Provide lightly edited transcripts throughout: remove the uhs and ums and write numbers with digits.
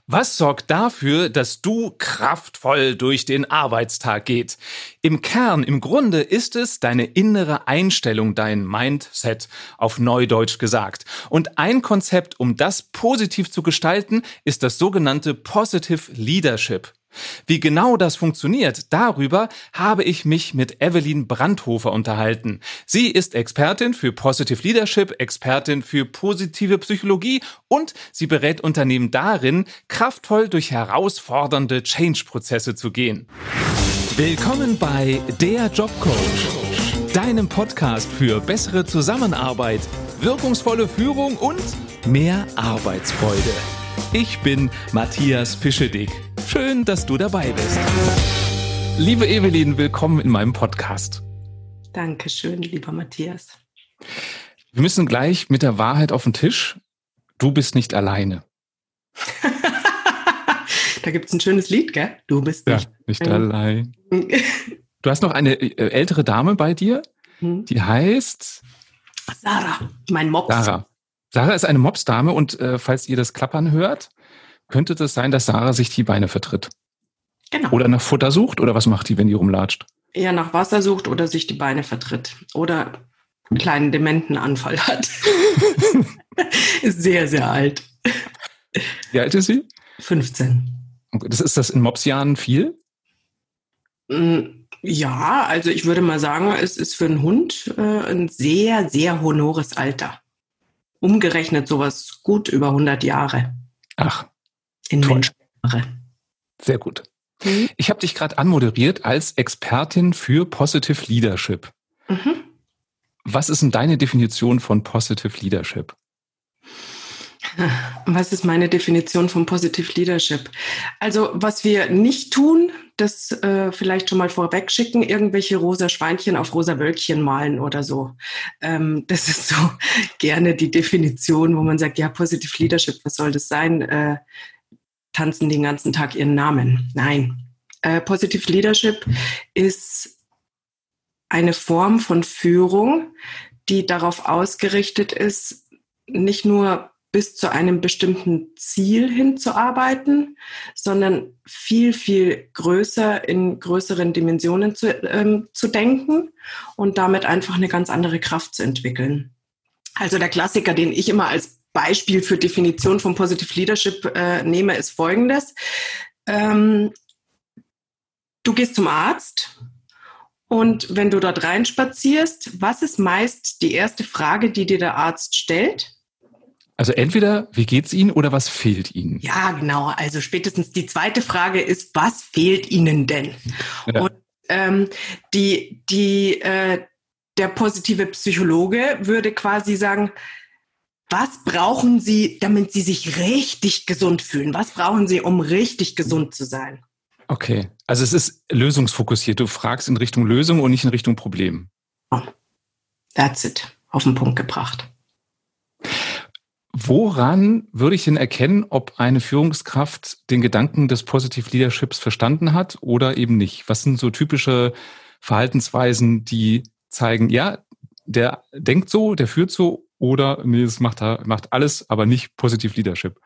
Was sorgt dafür, dass du kraftvoll durch den Arbeitstag geht? Im Kern, im Grunde ist es deine innere Einstellung, dein Mindset, auf Neudeutsch gesagt. Und ein Konzept, um das positiv zu gestalten, ist das sogenannte Positive Leadership. Wie genau das funktioniert, darüber habe ich mich mit Evelyn Brandhofer unterhalten. Sie ist Expertin für Positive Leadership, Expertin für positive Psychologie und sie berät Unternehmen darin, kraftvoll durch herausfordernde Change-Prozesse zu gehen. Willkommen bei Der Jobcoach, deinem Podcast für bessere Zusammenarbeit, wirkungsvolle Führung und mehr Arbeitsfreude. Ich bin Matthias Fischedick. Schön, dass du dabei bist. Liebe Evelyn, willkommen in meinem Podcast. Dankeschön, lieber Matthias. Wir müssen gleich mit der Wahrheit auf den Tisch. Du bist nicht alleine. Da gibt es ein schönes Lied, gell? Du bist nicht allein. Du hast noch eine ältere Dame bei dir, die heißt... Sarah, mein Mops. Sarah ist eine Mopsdame und falls ihr das Klappern hört, könnte das sein, dass Sarah sich die Beine vertritt. Genau. Oder nach Futter sucht? Oder was macht die, wenn die rumlatscht? Ja, nach Wasser sucht oder sich die Beine vertritt. Oder einen kleinen Dementenanfall hat. Ist sehr, sehr alt. Wie alt ist sie? 15. Okay, ist das in Mopsjahren viel? Ja, also ich würde mal sagen, es ist für einen Hund ein sehr, sehr honores Alter. Umgerechnet sowas gut über 100 Jahre. Ach, in toll. Menschenjahre. Sehr gut. Ich habe dich gerade anmoderiert als Expertin für Positive Leadership. Was ist denn deine Definition von Positive Leadership? Was ist meine Definition von Positive Leadership? Also was wir nicht tun, das vielleicht schon mal vorweg schicken, irgendwelche rosa Schweinchen auf rosa Wölkchen malen oder so. Das ist so gerne die Definition, wo man sagt, ja, Positive Leadership, was soll das sein? Tanzen den ganzen Tag ihren Namen. Nein. Positive Leadership ist eine Form von Führung, die darauf ausgerichtet ist, nicht nur bis zu einem bestimmten Ziel hinzuarbeiten, sondern viel, viel größer in größeren Dimensionen zu denken und damit einfach eine ganz andere Kraft zu entwickeln. Also der Klassiker, den ich immer als Beispiel für Definition von Positive Leadership nehme, ist folgendes. Du gehst zum Arzt und wenn du dort reinspazierst, was ist meist die erste Frage, die dir der Arzt stellt? Also entweder, wie geht's Ihnen oder was fehlt Ihnen? Ja, genau. Also spätestens die zweite Frage ist, was fehlt Ihnen denn? Ja. Und der positive Psychologe würde quasi sagen, was brauchen Sie, damit Sie sich richtig gesund fühlen? Was brauchen Sie, um richtig gesund zu sein? Okay, also es ist lösungsfokussiert. Du fragst in Richtung Lösung und nicht in Richtung Problem. Oh, that's it. Auf den Punkt gebracht. Woran würde ich denn erkennen, ob eine Führungskraft den Gedanken des Positive Leaderships verstanden hat oder eben nicht? Was sind so typische Verhaltensweisen, die zeigen, ja, der denkt so, der führt so oder nee, das macht alles, aber nicht Positive Leadership?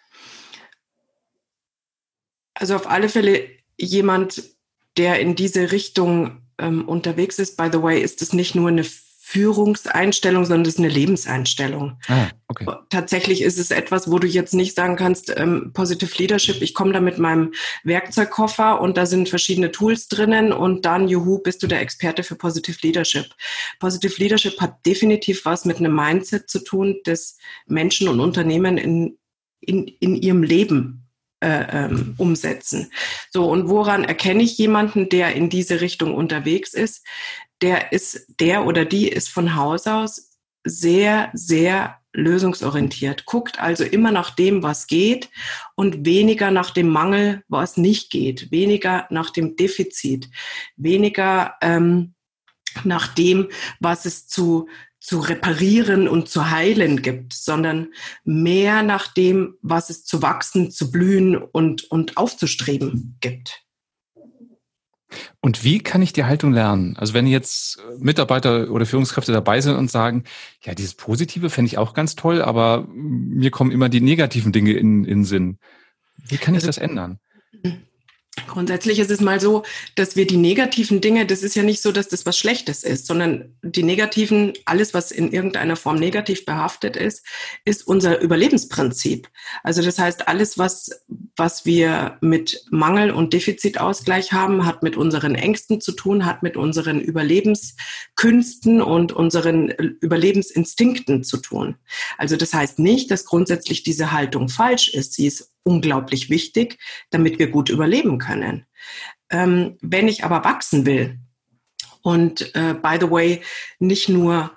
Also auf alle Fälle jemand, der in diese Richtung unterwegs ist. By the way, ist es nicht nur eine Führungseinstellung, sondern das ist eine Lebenseinstellung. Okay. Tatsächlich ist es etwas, wo du jetzt nicht sagen kannst, Positive Leadership, ich komme da mit meinem Werkzeugkoffer und da sind verschiedene Tools drinnen und dann, juhu, bist du der Experte für Positive Leadership. Positive Leadership hat definitiv was mit einem Mindset zu tun, das Menschen und Unternehmen in ihrem Leben umsetzen. So, und woran erkenne ich jemanden, der in diese Richtung unterwegs ist? Der oder die ist von Haus aus sehr, sehr lösungsorientiert. Guckt also immer nach dem, was geht und weniger nach dem Mangel, was nicht geht. Weniger nach dem Defizit. Weniger nach dem, was es zu reparieren und zu heilen gibt, sondern mehr nach dem, was es zu wachsen, zu blühen und aufzustreben gibt. Und wie kann ich die Haltung lernen? Also wenn jetzt Mitarbeiter oder Führungskräfte dabei sind und sagen, ja, dieses Positive fände ich auch ganz toll, aber mir kommen immer die negativen Dinge in den Sinn. Wie kann ich das ändern? Grundsätzlich ist es mal so, dass wir die negativen Dinge, das ist ja nicht so, dass das was Schlechtes ist, sondern die negativen, alles, was in irgendeiner Form negativ behaftet ist unser Überlebensprinzip. Also das heißt, alles, was wir mit Mangel und Defizitausgleich haben, hat mit unseren Ängsten zu tun, hat mit unseren Überlebenskünsten und unseren Überlebensinstinkten zu tun. Also das heißt nicht, dass grundsätzlich diese Haltung falsch ist. Sie ist unglaublich wichtig, damit wir gut überleben können. Wenn ich aber wachsen will und by the way nicht nur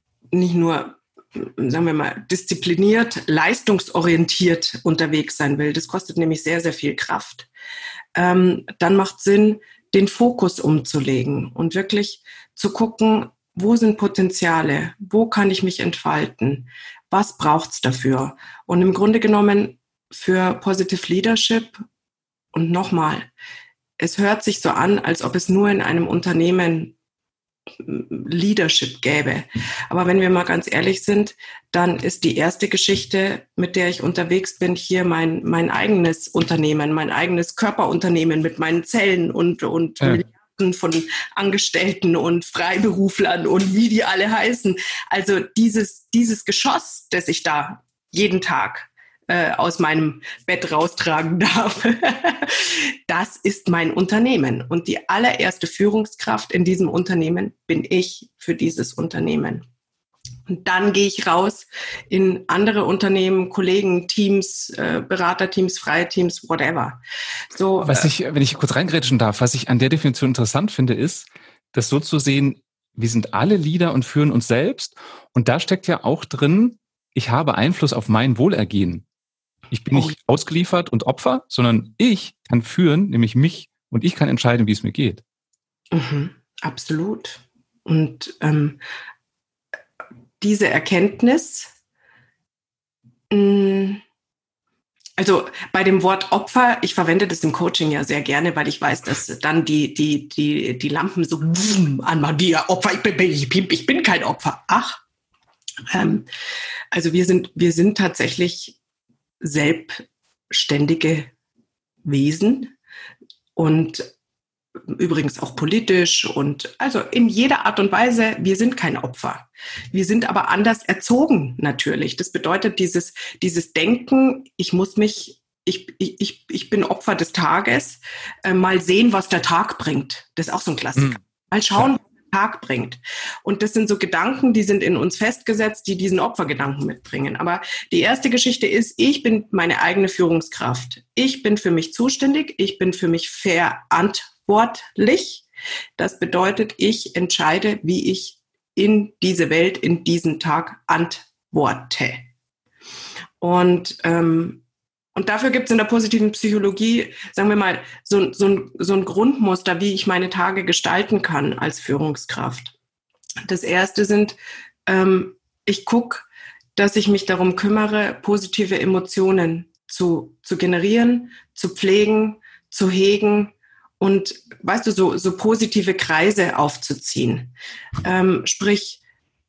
sagen wir mal diszipliniert, leistungsorientiert unterwegs sein will, das kostet nämlich sehr, sehr viel Kraft, dann macht Sinn, den Fokus umzulegen und wirklich zu gucken, wo sind Potenziale, wo kann ich mich entfalten, was braucht es dafür? Und im Grunde genommen für Positive Leadership, und nochmal, es hört sich so an, als ob es nur in einem Unternehmen Leadership gäbe. Aber wenn wir mal ganz ehrlich sind, dann ist die erste Geschichte, mit der ich unterwegs bin, hier mein eigenes Unternehmen, mein eigenes Körperunternehmen mit meinen Zellen und Milliarden von Angestellten und Freiberuflern und wie die alle heißen. Also dieses Geschoss, das ich da jeden Tag aus meinem Bett raustragen darf. Das ist mein Unternehmen. Und die allererste Führungskraft in diesem Unternehmen bin ich für dieses Unternehmen. Und dann gehe ich raus in andere Unternehmen, Kollegen, Teams, Beraterteams, freie Teams, whatever. So, Wenn ich kurz reingrätschen darf, was ich an der Definition interessant finde, ist, das so zu sehen, wir sind alle Leader und führen uns selbst. Und da steckt ja auch drin, ich habe Einfluss auf mein Wohlergehen. Ich bin nicht ausgeliefert und Opfer, sondern ich kann führen, nämlich mich, und ich kann entscheiden, wie es mir geht. Absolut. Und diese Erkenntnis, also bei dem Wort Opfer, ich verwende das im Coaching ja sehr gerne, weil ich weiß, dass dann die Lampen so anmachen, wie Opfer, ich bin kein Opfer. Ach, also wir sind tatsächlich selbstständige Wesen und übrigens auch politisch und also in jeder Art und Weise, wir sind kein Opfer. Wir sind aber anders erzogen natürlich. Das bedeutet dieses Denken, ich bin Opfer des Tages, mal sehen, was der Tag bringt. Das ist auch so ein Klassiker. Mal schauen, was der Tag bringt. Und das sind so Gedanken, die sind in uns festgesetzt, die diesen Opfergedanken mitbringen. Aber die erste Geschichte ist, ich bin meine eigene Führungskraft. Ich bin für mich zuständig, ich bin für mich verantwortlich. Das bedeutet, ich entscheide, wie ich in diese Welt, in diesen Tag antworte. Und dafür gibt es in der positiven Psychologie, sagen wir mal, so ein Grundmuster, wie ich meine Tage gestalten kann als Führungskraft. Das erste sind, ich gucke, dass ich mich darum kümmere, positive Emotionen zu generieren, zu pflegen, zu hegen und, weißt du, so positive Kreise aufzuziehen. Sprich,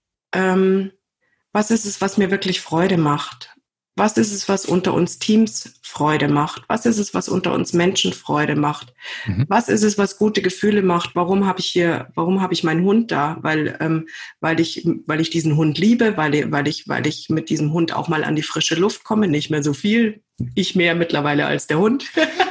was ist es, was mir wirklich Freude macht? Was ist es, was unter uns Teams Freude macht? Was ist es, was unter uns Menschen Freude macht? Was ist es, was gute Gefühle macht? Warum habe ich meinen Hund da? Weil ich diesen Hund liebe, weil ich mit diesem Hund auch mal an die frische Luft komme, nicht mehr so viel. Ich mehr mittlerweile als der Hund.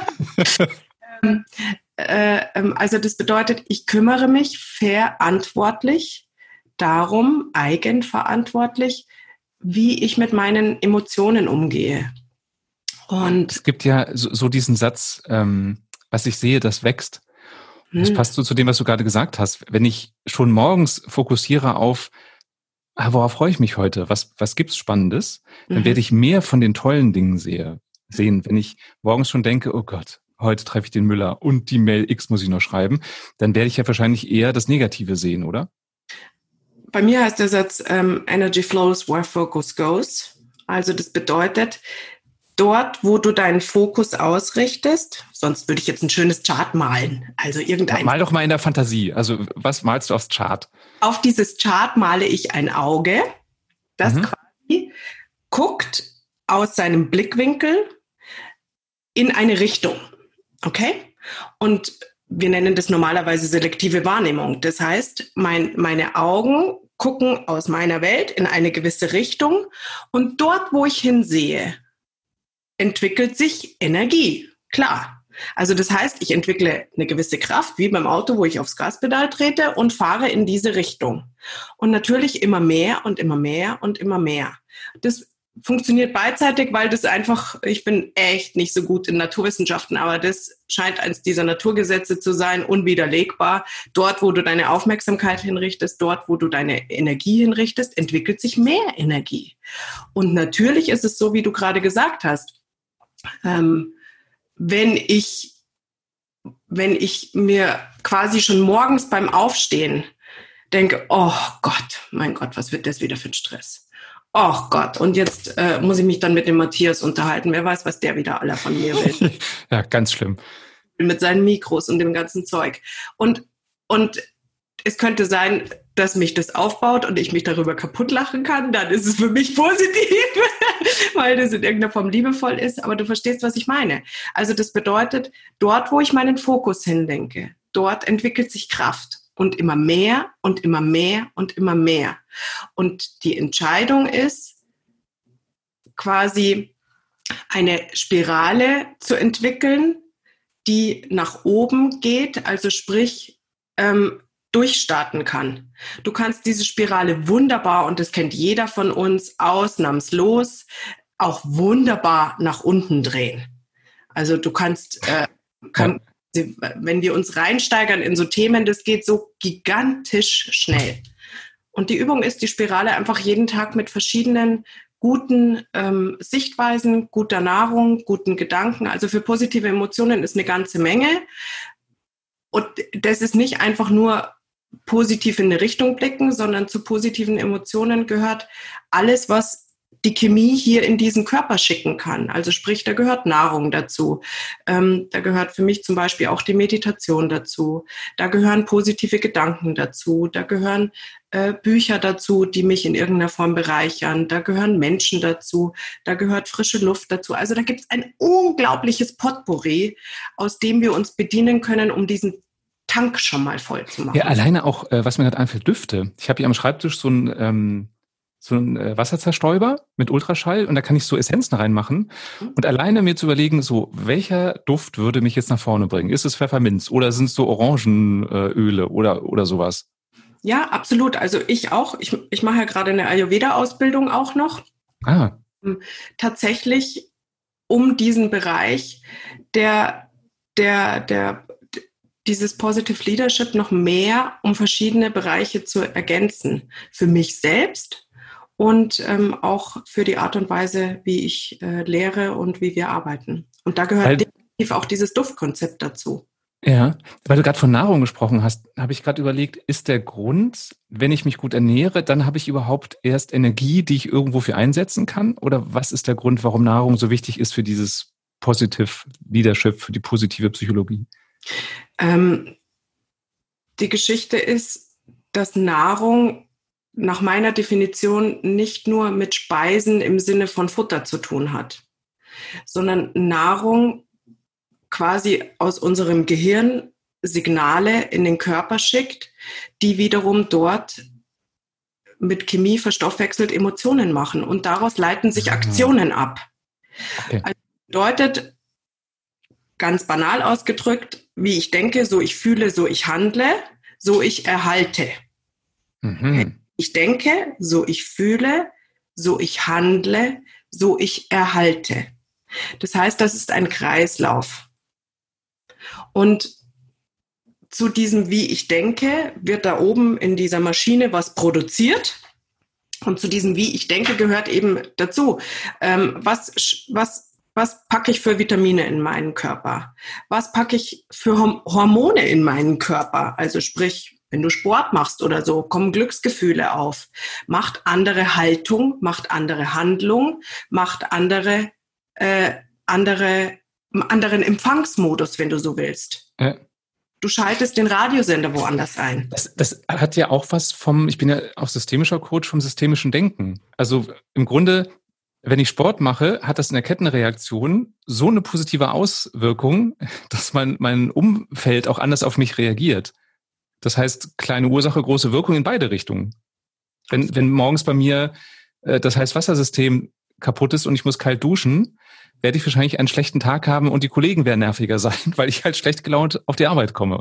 Also das bedeutet, ich kümmere mich verantwortlich darum, eigenverantwortlich, wie ich mit meinen Emotionen umgehe. Und es gibt ja so diesen Satz, was ich sehe, das wächst. Das passt so zu dem, was du gerade gesagt hast. Wenn ich schon morgens fokussiere auf, worauf freue ich mich heute? Was gibt's Spannendes? Dann werde ich mehr von den tollen Dingen sehen. Wenn ich morgens schon denke, oh Gott, heute treffe ich den Müller und die Mail X muss ich noch schreiben, dann werde ich ja wahrscheinlich eher das Negative sehen, oder? Bei mir heißt der Satz, Energy flows where focus goes. Also das bedeutet, dort, wo du deinen Fokus ausrichtest, sonst würde ich jetzt ein schönes Chart malen. Also irgendein. Mal doch mal in der Fantasie. Also was malst du aufs Chart? Auf dieses Chart male ich ein Auge, das quasi guckt aus seinem Blickwinkel in eine Richtung. Okay? Und wir nennen das normalerweise selektive Wahrnehmung. Das heißt, meine Augen gucken aus meiner Welt in eine gewisse Richtung und dort, wo ich hinsehe, entwickelt sich Energie. Klar. Also das heißt, ich entwickle eine gewisse Kraft, wie beim Auto, wo ich aufs Gaspedal trete und fahre in diese Richtung. Und natürlich immer mehr und immer mehr und immer mehr. Das funktioniert beidseitig, weil das einfach, ich bin echt nicht so gut in Naturwissenschaften, aber das scheint eines dieser Naturgesetze zu sein, unwiderlegbar. Dort, wo du deine Aufmerksamkeit hinrichtest, dort, wo du deine Energie hinrichtest, entwickelt sich mehr Energie. Und natürlich ist es so, wie du gerade gesagt hast, wenn ich mir quasi schon morgens beim Aufstehen denke, oh Gott, mein Gott, was wird das wieder für ein Stress? Oh Gott, und jetzt muss ich mich dann mit dem Matthias unterhalten. Wer weiß, was der wieder aller von mir will. Ja, ganz schlimm. Mit seinen Mikros und dem ganzen Zeug. Und es könnte sein, dass mich das aufbaut und ich mich darüber kaputt lachen kann. Dann ist es für mich positiv, weil das in irgendeiner Form liebevoll ist. Aber du verstehst, was ich meine. Also das bedeutet, dort, wo ich meinen Fokus hinlenke, dort entwickelt sich Kraft. Und immer mehr und immer mehr und immer mehr. Und die Entscheidung ist, quasi eine Spirale zu entwickeln, die nach oben geht, also sprich durchstarten kann. Du kannst diese Spirale wunderbar, und das kennt jeder von uns ausnahmslos, auch wunderbar nach unten drehen. Also du kannst... wenn wir uns reinsteigern in so Themen, das geht so gigantisch schnell. Und die Übung ist, die Spirale einfach jeden Tag mit verschiedenen guten Sichtweisen, guter Nahrung, guten Gedanken, also für positive Emotionen ist eine ganze Menge. Und das ist nicht einfach nur positiv in eine Richtung blicken, sondern zu positiven Emotionen gehört alles, was die Chemie hier in diesen Körper schicken kann. Also sprich, da gehört Nahrung dazu. Da gehört für mich zum Beispiel auch die Meditation dazu. Da gehören positive Gedanken dazu. Da gehören Bücher dazu, die mich in irgendeiner Form bereichern. Da gehören Menschen dazu. Da gehört frische Luft dazu. Also da gibt es ein unglaubliches Potpourri, aus dem wir uns bedienen können, um diesen Tank schon mal voll zu machen. Ja, alleine auch, was mir gerade einfällt, Düfte. Ich habe hier am Schreibtisch so ein Wasserzerstäuber mit Ultraschall und da kann ich so Essenzen reinmachen und alleine mir zu überlegen, so welcher Duft würde mich jetzt nach vorne bringen? Ist es Pfefferminz oder sind es so Orangenöle oder sowas? Ja, absolut. Also ich auch. Ich mache ja gerade eine Ayurveda-Ausbildung auch noch. Tatsächlich um diesen Bereich dieses Positive Leadership noch mehr um verschiedene Bereiche zu ergänzen. Für mich selbst und auch für die Art und Weise, wie ich lehre und wie wir arbeiten. Und da gehört definitiv auch dieses Duftkonzept dazu. Ja, weil du gerade von Nahrung gesprochen hast, habe ich gerade überlegt, ist der Grund, wenn ich mich gut ernähre, dann habe ich überhaupt erst Energie, die ich irgendwo für einsetzen kann? Oder was ist der Grund, warum Nahrung so wichtig ist für dieses Positive Leadership, für die positive Psychologie? Die Geschichte ist, dass Nahrung nach meiner Definition nicht nur mit Speisen im Sinne von Futter zu tun hat, sondern Nahrung quasi aus unserem Gehirn Signale in den Körper schickt, die wiederum dort mit Chemie verstoffwechselt Emotionen machen und daraus leiten sich Aktionen ab. Okay. Also bedeutet, ganz banal ausgedrückt, wie ich denke, so ich fühle, so ich handle, so ich erhalte. Okay. Ich denke, so ich fühle, so ich handle, so ich erhalte. Das heißt, das ist ein Kreislauf. Und zu diesem wie ich denke wird da oben in dieser Maschine was produziert. Und zu diesem wie ich denke gehört eben dazu, was packe ich für Vitamine in meinen Körper? Was packe ich für Hormone in meinen Körper? Also sprich, wenn du Sport machst oder so, kommen Glücksgefühle auf. Macht andere Haltung, macht andere Handlung, macht anderen Empfangsmodus, wenn du so willst. Du schaltest den Radiosender woanders ein. Das hat ja auch was ich bin ja auch systemischer Coach vom systemischen Denken. Also im Grunde, wenn ich Sport mache, hat das in der Kettenreaktion so eine positive Auswirkung, dass mein Umfeld auch anders auf mich reagiert. Das heißt, kleine Ursache, große Wirkung in beide Richtungen. Wenn morgens bei mir das Heißwassersystem kaputt ist und ich muss kalt duschen, werde ich wahrscheinlich einen schlechten Tag haben und die Kollegen werden nerviger sein, weil ich halt schlecht gelaunt auf die Arbeit komme.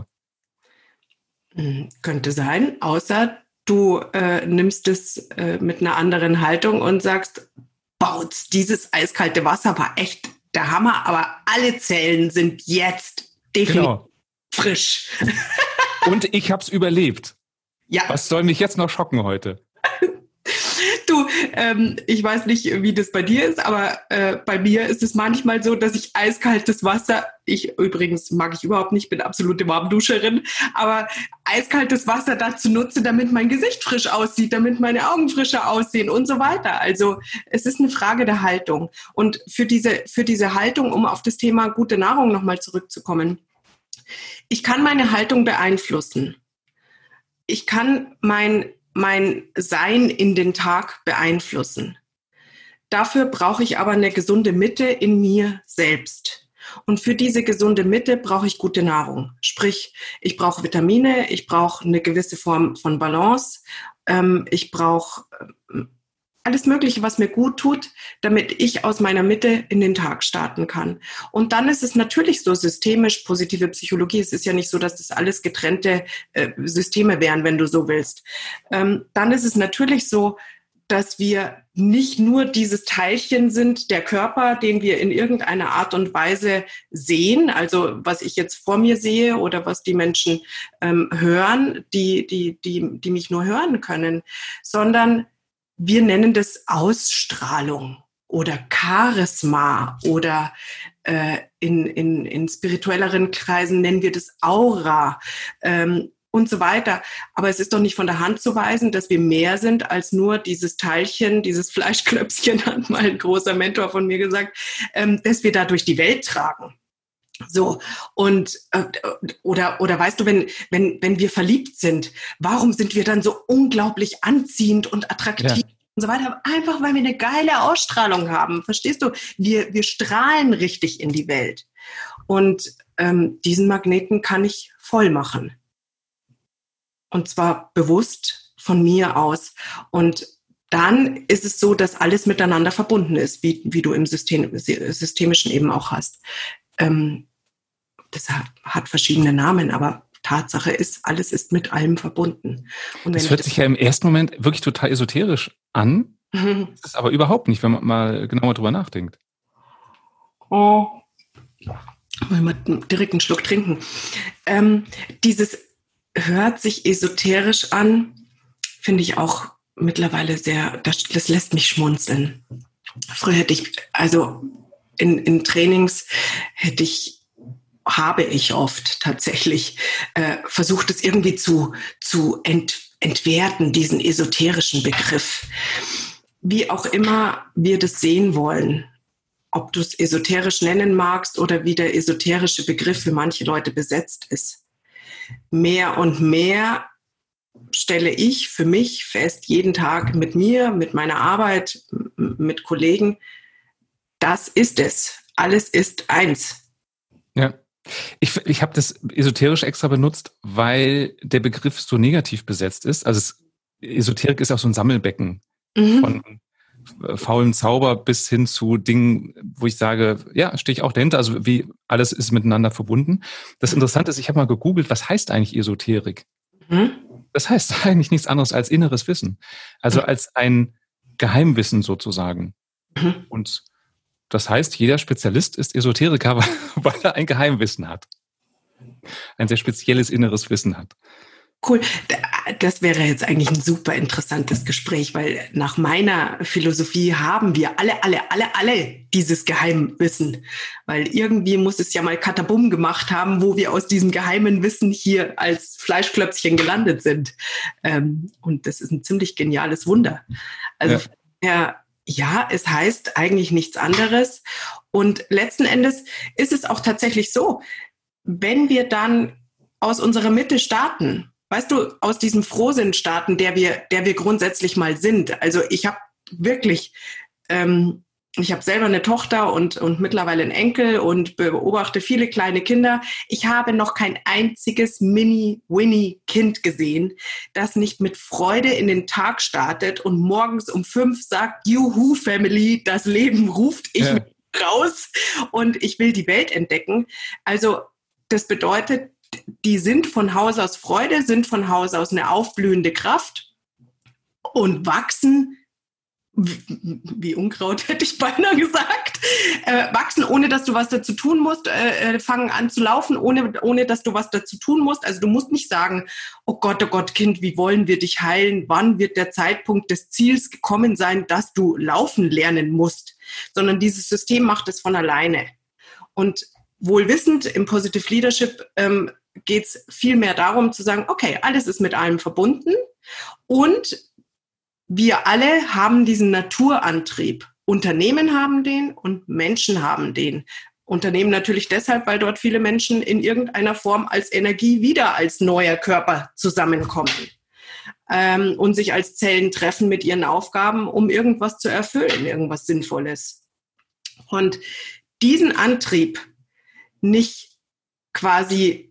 Könnte sein, außer du nimmst es mit einer anderen Haltung und sagst, Bautz, dieses eiskalte Wasser war echt der Hammer, aber alle Zellen sind jetzt definitiv frisch. Und ich habe es überlebt. Ja. Was soll mich jetzt noch schocken heute? Du, ich weiß nicht, wie das bei dir ist, aber bei mir ist es manchmal so, dass ich eiskaltes Wasser, übrigens mag ich überhaupt nicht, bin absolute Warmduscherin, aber eiskaltes Wasser dazu nutze, damit mein Gesicht frisch aussieht, damit meine Augen frischer aussehen und so weiter. Also es ist eine Frage der Haltung. Und für diese Haltung, um auf das Thema gute Nahrung nochmal zurückzukommen, ich kann meine Haltung beeinflussen. Ich kann mein Sein in den Tag beeinflussen. Dafür brauche ich aber eine gesunde Mitte in mir selbst. Und für diese gesunde Mitte brauche ich gute Nahrung. Sprich, ich brauche Vitamine, ich brauche eine gewisse Form von Balance, ich brauche alles Mögliche, was mir gut tut, damit ich aus meiner Mitte in den Tag starten kann. Und dann ist es natürlich so systemisch, positive Psychologie. Es ist ja nicht so, dass das alles getrennte Systeme wären, wenn du so willst. Dann ist es natürlich so, dass wir nicht nur dieses Teilchen sind, der Körper, den wir in irgendeiner Art und Weise sehen, also was ich jetzt vor mir sehe oder was die Menschen hören, die mich nur hören können, sondern wir nennen das Ausstrahlung oder Charisma oder in spirituelleren Kreisen nennen wir das Aura und so weiter. Aber es ist doch nicht von der Hand zu weisen, dass wir mehr sind als nur dieses Teilchen, dieses Fleischklöpfchen, hat mal ein großer Mentor von mir gesagt, dass wir da durch die Welt tragen. So, und oder weißt du, wenn wir verliebt sind, warum sind wir dann so unglaublich anziehend und attraktiv und so weiter? Einfach, weil wir eine geile Ausstrahlung haben, verstehst du? Wir strahlen richtig in die Welt. Und diesen Magneten kann ich voll machen. Und zwar bewusst von mir aus. Und dann ist es so, dass alles miteinander verbunden ist, wie du im Systemischen eben auch hast. Das hat verschiedene Namen, aber Tatsache ist, alles ist mit allem verbunden. Und das hört sich ja im ersten Moment wirklich total esoterisch an, das ist aber überhaupt nicht, wenn man mal genauer drüber nachdenkt. Oh. Wollen wir direkt einen Schluck trinken. Dieses hört sich esoterisch an, finde ich auch mittlerweile sehr, das lässt mich schmunzeln. Früher hätte ich, also in Trainings habe ich oft tatsächlich versucht, es irgendwie zu entwerten, diesen esoterischen Begriff. Wie auch immer wir das sehen wollen, ob du es esoterisch nennen magst oder wie der esoterische Begriff für manche Leute besetzt ist. Mehr und mehr stelle ich für mich fest, jeden Tag mit mir, mit meiner Arbeit, mit Kollegen, das ist es. Alles ist eins. Ja. Ich habe das esoterisch extra benutzt, weil der Begriff so negativ besetzt ist. Also Esoterik ist auch so ein Sammelbecken von faulen Zauber bis hin zu Dingen, wo ich sage, ja, stehe ich auch dahinter. Also wie alles ist miteinander verbunden. Das Interessante ist, ich habe mal gegoogelt, was heißt eigentlich Esoterik? Das heißt eigentlich nichts anderes als inneres Wissen. Also als ein Geheimwissen sozusagen. Und das heißt, jeder Spezialist ist Esoteriker, weil er ein Geheimwissen hat. Ein sehr spezielles inneres Wissen hat. Cool. Das wäre jetzt eigentlich ein super interessantes Gespräch, weil nach meiner Philosophie haben wir alle dieses Geheimwissen. Weil irgendwie muss es ja mal Katabum gemacht haben, wo wir aus diesem geheimen Wissen hier als Fleischklöpfchen gelandet sind. Und das ist ein ziemlich geniales Wunder. Also ja, es heißt eigentlich nichts anderes. Und letzten Endes ist es auch tatsächlich so, wenn wir dann aus unserer Mitte starten, weißt du, aus diesem Frohsinn starten, der wir grundsätzlich mal sind. Also ich habe wirklich ich habe selber eine Tochter und mittlerweile einen Enkel und beobachte viele kleine Kinder. Ich habe noch kein einziges Mini-Winnie-Kind gesehen, das nicht mit Freude in den Tag startet und morgens um 5 sagt, Juhu, Family, das Leben ruft, ich will raus und ich will die Welt entdecken. Also das bedeutet, die sind von Haus aus Freude, sind von Haus aus eine aufblühende Kraft und wachsen wie Unkraut, hätte ich beinahe gesagt, wachsen, ohne dass du was dazu tun musst, fangen an zu laufen, ohne dass du was dazu tun musst. Also du musst nicht sagen, oh Gott, Kind, wie wollen wir dich heilen? Wann wird der Zeitpunkt des Ziels gekommen sein, dass du laufen lernen musst? Sondern dieses System macht es von alleine. Und wohl wissend, im Positive Leadership geht es viel mehr darum zu sagen, okay, alles ist mit allem verbunden und wir alle haben diesen Naturantrieb. Unternehmen haben den und Menschen haben den. Unternehmen natürlich deshalb, weil dort viele Menschen in irgendeiner Form als Energie wieder als neuer Körper zusammenkommen und sich als Zellen treffen mit ihren Aufgaben, um irgendwas zu erfüllen, irgendwas Sinnvolles. Und diesen Antrieb nicht quasi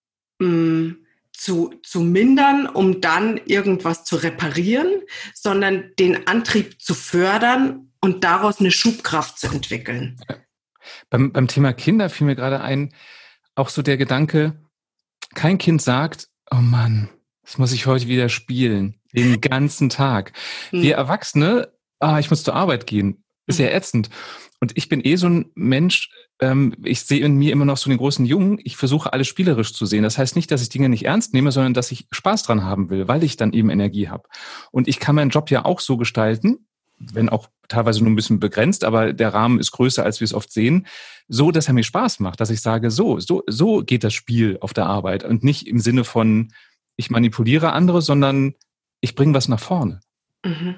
zu mindern, um dann irgendwas zu reparieren, sondern den Antrieb zu fördern und daraus eine Schubkraft zu entwickeln. Beim Thema Kinder fiel mir gerade ein, auch so der Gedanke, kein Kind sagt, oh Mann, das muss ich heute wieder spielen, den ganzen Tag. Wir Erwachsene, ich muss zur Arbeit gehen, ist ja ätzend. Und ich bin so ein Mensch, ich sehe in mir immer noch so den großen Jungen, ich versuche alles spielerisch zu sehen. Das heißt nicht, dass ich Dinge nicht ernst nehme, sondern dass ich Spaß dran haben will, weil ich dann eben Energie habe. Und ich kann meinen Job ja auch so gestalten, wenn auch teilweise nur ein bisschen begrenzt, aber der Rahmen ist größer, als wir es oft sehen, so, dass er mir Spaß macht, dass ich sage, so geht das Spiel auf der Arbeit und nicht im Sinne von, ich manipuliere andere, sondern ich bringe was nach vorne. Mhm.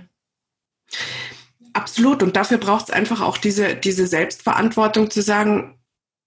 Absolut. Und dafür braucht es einfach auch diese Selbstverantwortung zu sagen,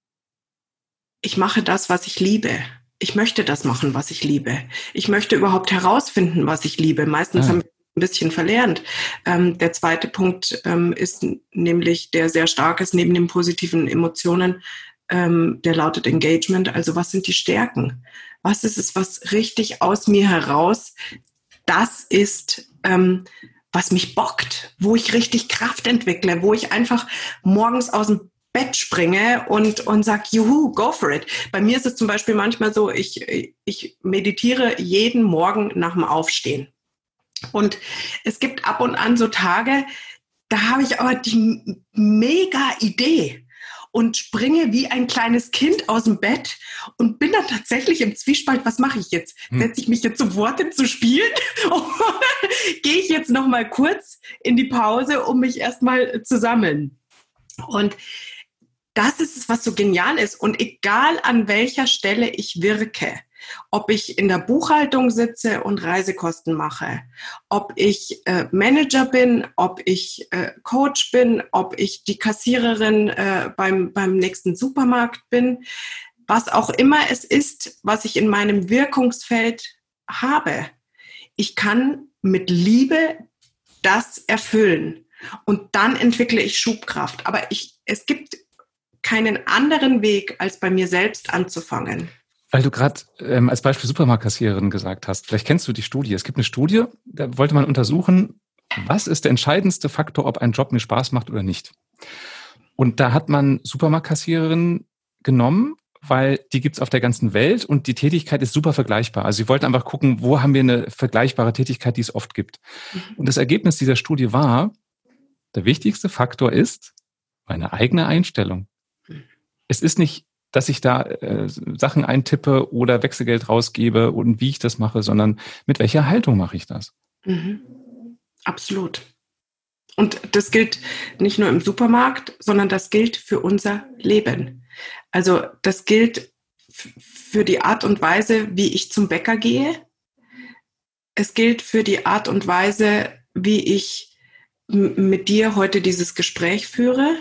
ich mache das, was ich liebe. Ich möchte das machen, was ich liebe. Ich möchte überhaupt herausfinden, was ich liebe. Meistens haben wir ein bisschen verlernt. Der zweite Punkt ist nämlich, der sehr stark ist, neben den positiven Emotionen, der lautet Engagement. Also was sind die Stärken? Was ist es, was richtig aus mir heraus, das ist, was mich bockt, wo ich richtig Kraft entwickle, wo ich einfach morgens aus dem Bett springe und sage, juhu, go for it. Bei mir ist es zum Beispiel manchmal so, ich meditiere jeden Morgen nach dem Aufstehen. Und es gibt ab und an so Tage, da habe ich aber die mega Idee und springe wie ein kleines Kind aus dem Bett und bin dann tatsächlich im Zwiespalt, was mache ich jetzt? Setze ich mich jetzt sofort hin zu spielen? Oder gehe ich jetzt noch mal kurz in die Pause, um mich erstmal zu sammeln? Und das ist es, was so genial ist. Und egal an welcher Stelle ich wirke, ob ich in der Buchhaltung sitze und Reisekosten mache, ob ich Manager bin, ob ich Coach bin, ob ich die Kassiererin beim nächsten Supermarkt bin, was auch immer es ist, was ich in meinem Wirkungsfeld habe. Ich kann mit Liebe das erfüllen und dann entwickle ich Schubkraft. Aber es gibt keinen anderen Weg, als bei mir selbst anzufangen. Weil du gerade als Beispiel Supermarktkassiererin gesagt hast, vielleicht kennst du die Studie. Es gibt eine Studie, da wollte man untersuchen, was ist der entscheidendste Faktor, ob ein Job mir Spaß macht oder nicht. Und da hat man Supermarktkassiererinnen genommen, weil die gibt's auf der ganzen Welt und die Tätigkeit ist super vergleichbar. Also sie wollten einfach gucken, wo haben wir eine vergleichbare Tätigkeit, die es oft gibt. Und das Ergebnis dieser Studie war, der wichtigste Faktor ist meine eigene Einstellung. Es ist nicht, dass ich da Sachen eintippe oder Wechselgeld rausgebe und wie ich das mache, sondern mit welcher Haltung mache ich das? Mhm. Absolut. Und das gilt nicht nur im Supermarkt, sondern das gilt für unser Leben. Also das gilt für die Art und Weise, wie ich zum Bäcker gehe. Es gilt für die Art und Weise, wie ich mit dir heute dieses Gespräch führe.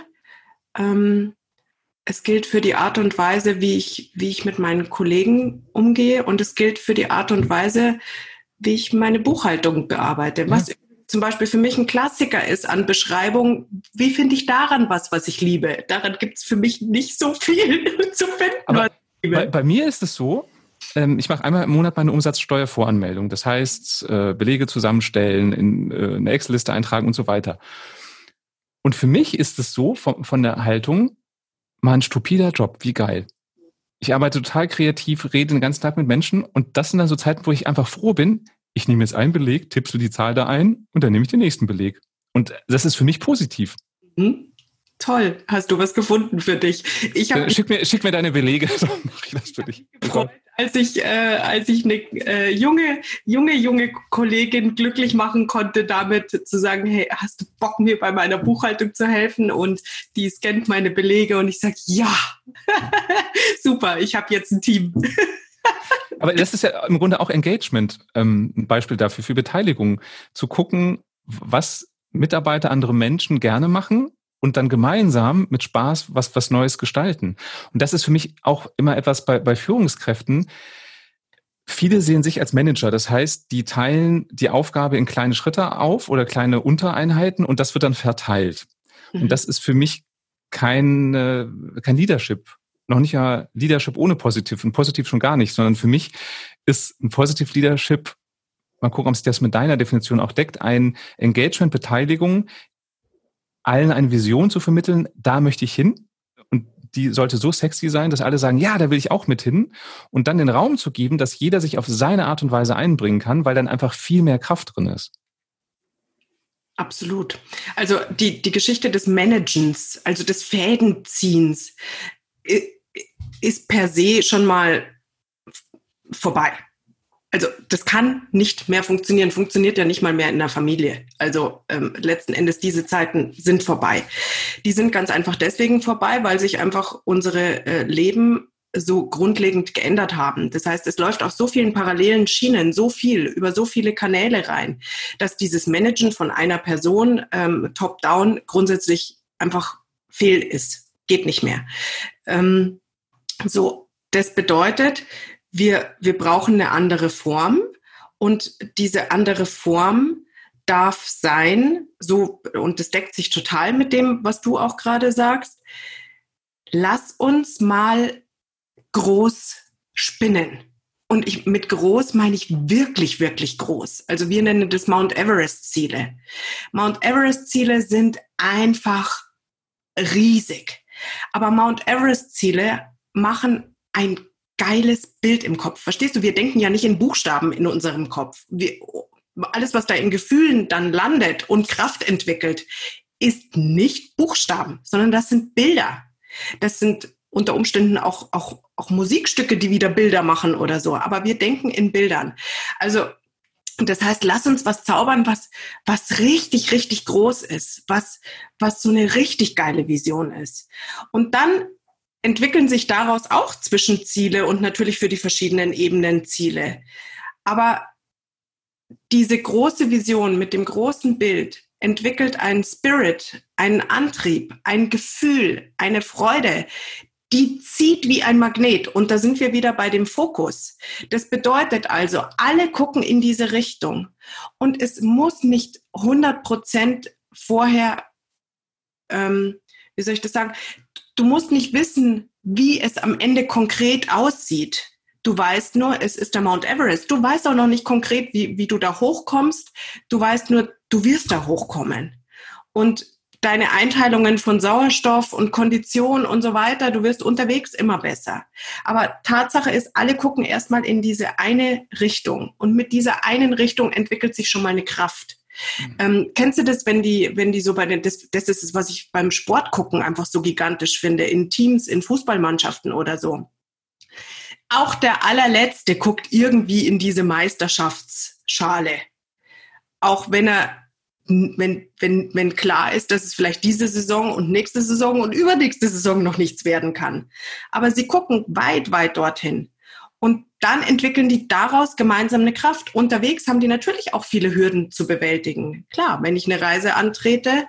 Es gilt für die Art und Weise, wie ich mit meinen Kollegen umgehe. Und es gilt für die Art und Weise, wie ich meine Buchhaltung bearbeite. Was zum Beispiel für mich ein Klassiker ist an Beschreibung, wie finde ich daran was ich liebe? Daran gibt es für mich nicht so viel zu finden. Aber bei mir ist es so, ich mache einmal im Monat meine Umsatzsteuervoranmeldung. Das heißt, Belege zusammenstellen, in eine Excel-Liste eintragen und so weiter. Und für mich ist es so, von der Haltung, mal ein stupider Job, wie geil. Ich arbeite total kreativ, rede den ganzen Tag mit Menschen und das sind dann so Zeiten, wo ich einfach froh bin, ich nehme jetzt einen Beleg, tippst du die Zahl da ein und dann nehme ich den nächsten Beleg. Und das ist für mich positiv. Toll, hast du was gefunden für dich. Schick mir deine Belege, so mache ich das für dich. Gefreut, als ich eine junge Kollegin glücklich machen konnte, damit zu sagen, hey, hast du Bock, mir bei meiner Buchhaltung zu helfen? Und die scannt meine Belege und ich sage, ja, super, ich habe jetzt ein Team. Aber das ist ja im Grunde auch Engagement, ein Beispiel dafür, für Beteiligung, zu gucken, was Mitarbeiter, andere Menschen gerne machen und dann gemeinsam mit Spaß was Neues gestalten. Und das ist für mich auch immer etwas bei Führungskräften. Viele sehen sich als Manager, das heißt, die teilen die Aufgabe in kleine Schritte auf oder kleine Untereinheiten und das wird dann verteilt. Und das ist für mich kein Leadership. Noch nicht ja Leadership ohne Positiv und Positiv schon gar nicht, sondern für mich ist ein Positive Leadership, mal gucken, ob sich das mit deiner Definition auch deckt, ein Engagement, Beteiligung, allen eine Vision zu vermitteln, da möchte ich hin und die sollte so sexy sein, dass alle sagen, ja, da will ich auch mit hin und dann den Raum zu geben, dass jeder sich auf seine Art und Weise einbringen kann, weil dann einfach viel mehr Kraft drin ist. Absolut. Also die Geschichte des Managens, also des Fädenziehens, ist per se schon mal vorbei. Also das kann nicht mehr funktionieren, funktioniert ja nicht mal mehr in der Familie. Also letzten Endes, diese Zeiten sind vorbei. Die sind ganz einfach deswegen vorbei, weil sich einfach unsere Leben so grundlegend geändert haben. Das heißt, es läuft auf so vielen parallelen Schienen, so viel, über so viele Kanäle rein, dass dieses Managen von einer Person top-down grundsätzlich einfach fehl ist. Geht nicht mehr. So, das bedeutet, wir brauchen eine andere Form und diese andere Form darf sein, so, und das deckt sich total mit dem, was du auch gerade sagst, lass uns mal groß spinnen. Und mit groß meine ich wirklich, wirklich groß. Also wir nennen das Mount Everest-Ziele. Mount Everest-Ziele sind einfach riesig. Aber Mount Everest-Ziele machen ein geiles Bild im Kopf. Verstehst du? Wir denken ja nicht in Buchstaben in unserem Kopf. Alles, was da in Gefühlen dann landet und Kraft entwickelt, ist nicht Buchstaben, sondern das sind Bilder. Das sind unter Umständen auch Musikstücke, die wieder Bilder machen oder so. Aber wir denken in Bildern. Also das heißt, lass uns was zaubern, was richtig, richtig groß ist, was so eine richtig geile Vision ist. Und dann entwickeln sich daraus auch Zwischenziele und natürlich für die verschiedenen Ebenen Ziele. Aber diese große Vision mit dem großen Bild entwickelt einen Spirit, einen Antrieb, ein Gefühl, eine Freude, die zieht wie ein Magnet. Und da sind wir wieder bei dem Fokus. Das bedeutet also, alle gucken in diese Richtung. Und es muss nicht 100% vorher, wie soll ich das sagen, du musst nicht wissen, wie es am Ende konkret aussieht. Du weißt nur, es ist der Mount Everest. Du weißt auch noch nicht konkret, wie du da hochkommst. Du weißt nur, du wirst da hochkommen. Und deine Einteilungen von Sauerstoff und Kondition und so weiter, du wirst unterwegs immer besser. Aber Tatsache ist, alle gucken erstmal in diese eine Richtung. Und mit dieser einen Richtung entwickelt sich schon mal eine Kraft. Kennst du das, wenn die so das ist es, was ich beim Sport gucken einfach so gigantisch finde, in Teams, in Fußballmannschaften oder so. Auch der allerletzte guckt irgendwie in diese Meisterschaftsschale. Auch wenn klar ist, dass es vielleicht diese Saison und nächste Saison und übernächste Saison noch nichts werden kann. Aber sie gucken weit, weit dorthin. Und dann entwickeln die daraus gemeinsam eine Kraft. Unterwegs haben die natürlich auch viele Hürden zu bewältigen. Klar, wenn ich eine Reise antrete,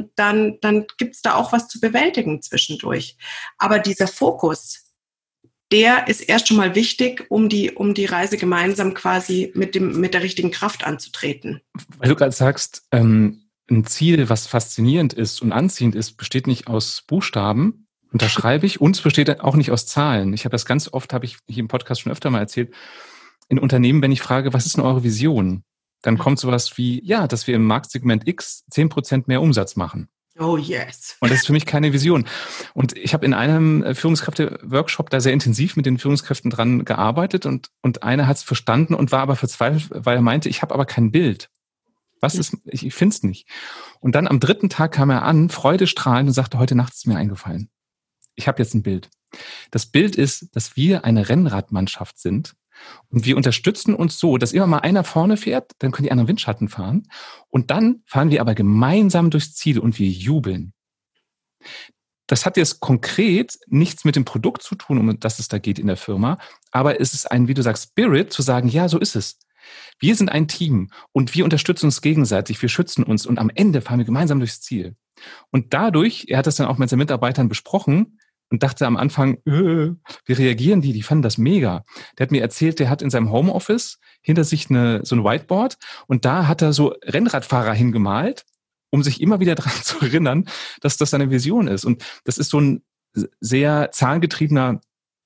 dann gibt es da auch was zu bewältigen zwischendurch. Aber dieser Fokus, der ist erst schon mal wichtig, um die Reise gemeinsam quasi mit der richtigen Kraft anzutreten. Weil du gerade sagst, ein Ziel, was faszinierend ist und anziehend ist, besteht nicht aus Buchstaben, unterschreibe ich, und es besteht auch nicht aus Zahlen. Ich habe das ganz oft, habe ich hier im Podcast schon öfter mal erzählt, in Unternehmen, wenn ich frage, was ist denn eure Vision? Dann kommt sowas wie, ja, dass wir im Marktsegment X 10% mehr Umsatz machen. Oh yes. Und das ist für mich keine Vision. Und ich habe in einem Führungskräfte-Workshop da sehr intensiv mit den Führungskräften dran gearbeitet und einer hat es verstanden und war aber verzweifelt, weil er meinte, ich habe aber kein Bild. Was ist, ich finde es nicht. Und dann am 3. Tag kam er an, freudestrahlend, und sagte, heute Nacht ist mir eingefallen. Ich habe jetzt ein Bild. Das Bild ist, dass wir eine Rennradmannschaft sind. Und wir unterstützen uns so, dass immer mal einer vorne fährt, dann können die anderen Windschatten fahren. Und dann fahren wir aber gemeinsam durchs Ziel und wir jubeln. Das hat jetzt konkret nichts mit dem Produkt zu tun, um das es da geht in der Firma. Aber es ist ein, wie du sagst, Spirit, zu sagen, ja, so ist es. Wir sind ein Team und wir unterstützen uns gegenseitig, wir schützen uns und am Ende fahren wir gemeinsam durchs Ziel. Und dadurch, er hat das dann auch mit seinen Mitarbeitern besprochen, und dachte am Anfang, wie reagieren die? Die fanden das mega. Der hat mir erzählt, der hat in seinem Homeoffice hinter sich so ein Whiteboard und da hat er so Rennradfahrer hingemalt, um sich immer wieder daran zu erinnern, dass das seine Vision ist. Und das ist so ein sehr zahlengetriebener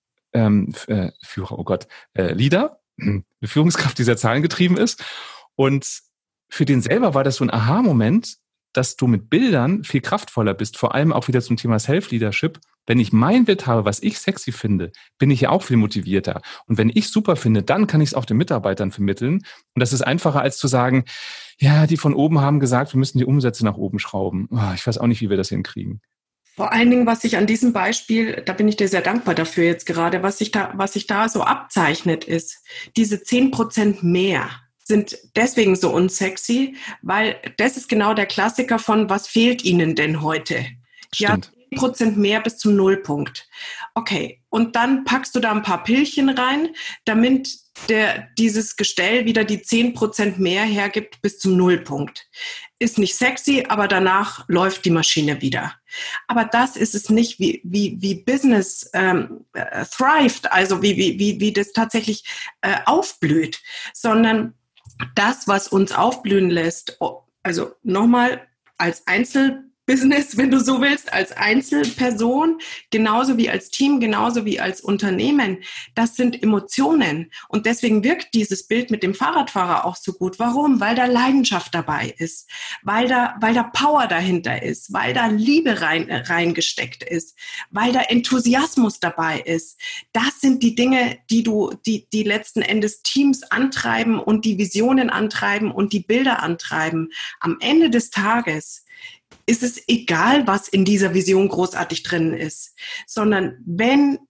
Leader, eine Führungskraft, die sehr zahlengetrieben ist. Und für den selber war das so ein Aha-Moment, dass du mit Bildern viel kraftvoller bist, vor allem auch wieder zum Thema Self-Leadership. Wenn ich mein Bild habe, was ich sexy finde, bin ich ja auch viel motivierter. Und wenn ich super finde, dann kann ich es auch den Mitarbeitern vermitteln. Und das ist einfacher, als zu sagen, ja, die von oben haben gesagt, wir müssen die Umsätze nach oben schrauben. Ich weiß auch nicht, wie wir das hinkriegen. Vor allen Dingen, was sich an diesem Beispiel, da bin ich dir sehr dankbar dafür jetzt gerade, was sich da so abzeichnet ist, diese 10% mehr sind deswegen so unsexy, weil das ist genau der Klassiker von, was fehlt Ihnen denn heute? Stimmt. Ja, 10% mehr bis zum Nullpunkt. Okay, und dann packst du da ein paar Pillchen rein, damit dieses Gestell wieder die 10% mehr hergibt bis zum Nullpunkt. Ist nicht sexy, aber danach läuft die Maschine wieder. Aber das ist es nicht, wie Business thrived, also wie das tatsächlich aufblüht, sondern das, was uns aufblühen lässt, also nochmal als Einzelbusiness, wenn du so willst, als Einzelperson, genauso wie als Team, genauso wie als Unternehmen, das sind Emotionen. Und deswegen wirkt dieses Bild mit dem Fahrradfahrer auch so gut. Warum? Weil da Leidenschaft dabei ist, weil da Power dahinter ist, weil da Liebe reingesteckt ist, weil da Enthusiasmus dabei ist. Das sind die Dinge, die letzten Endes Teams antreiben und die Visionen antreiben und die Bilder antreiben. Am Ende des Tages ist es egal, was in dieser Vision großartig drin ist, sondern wenn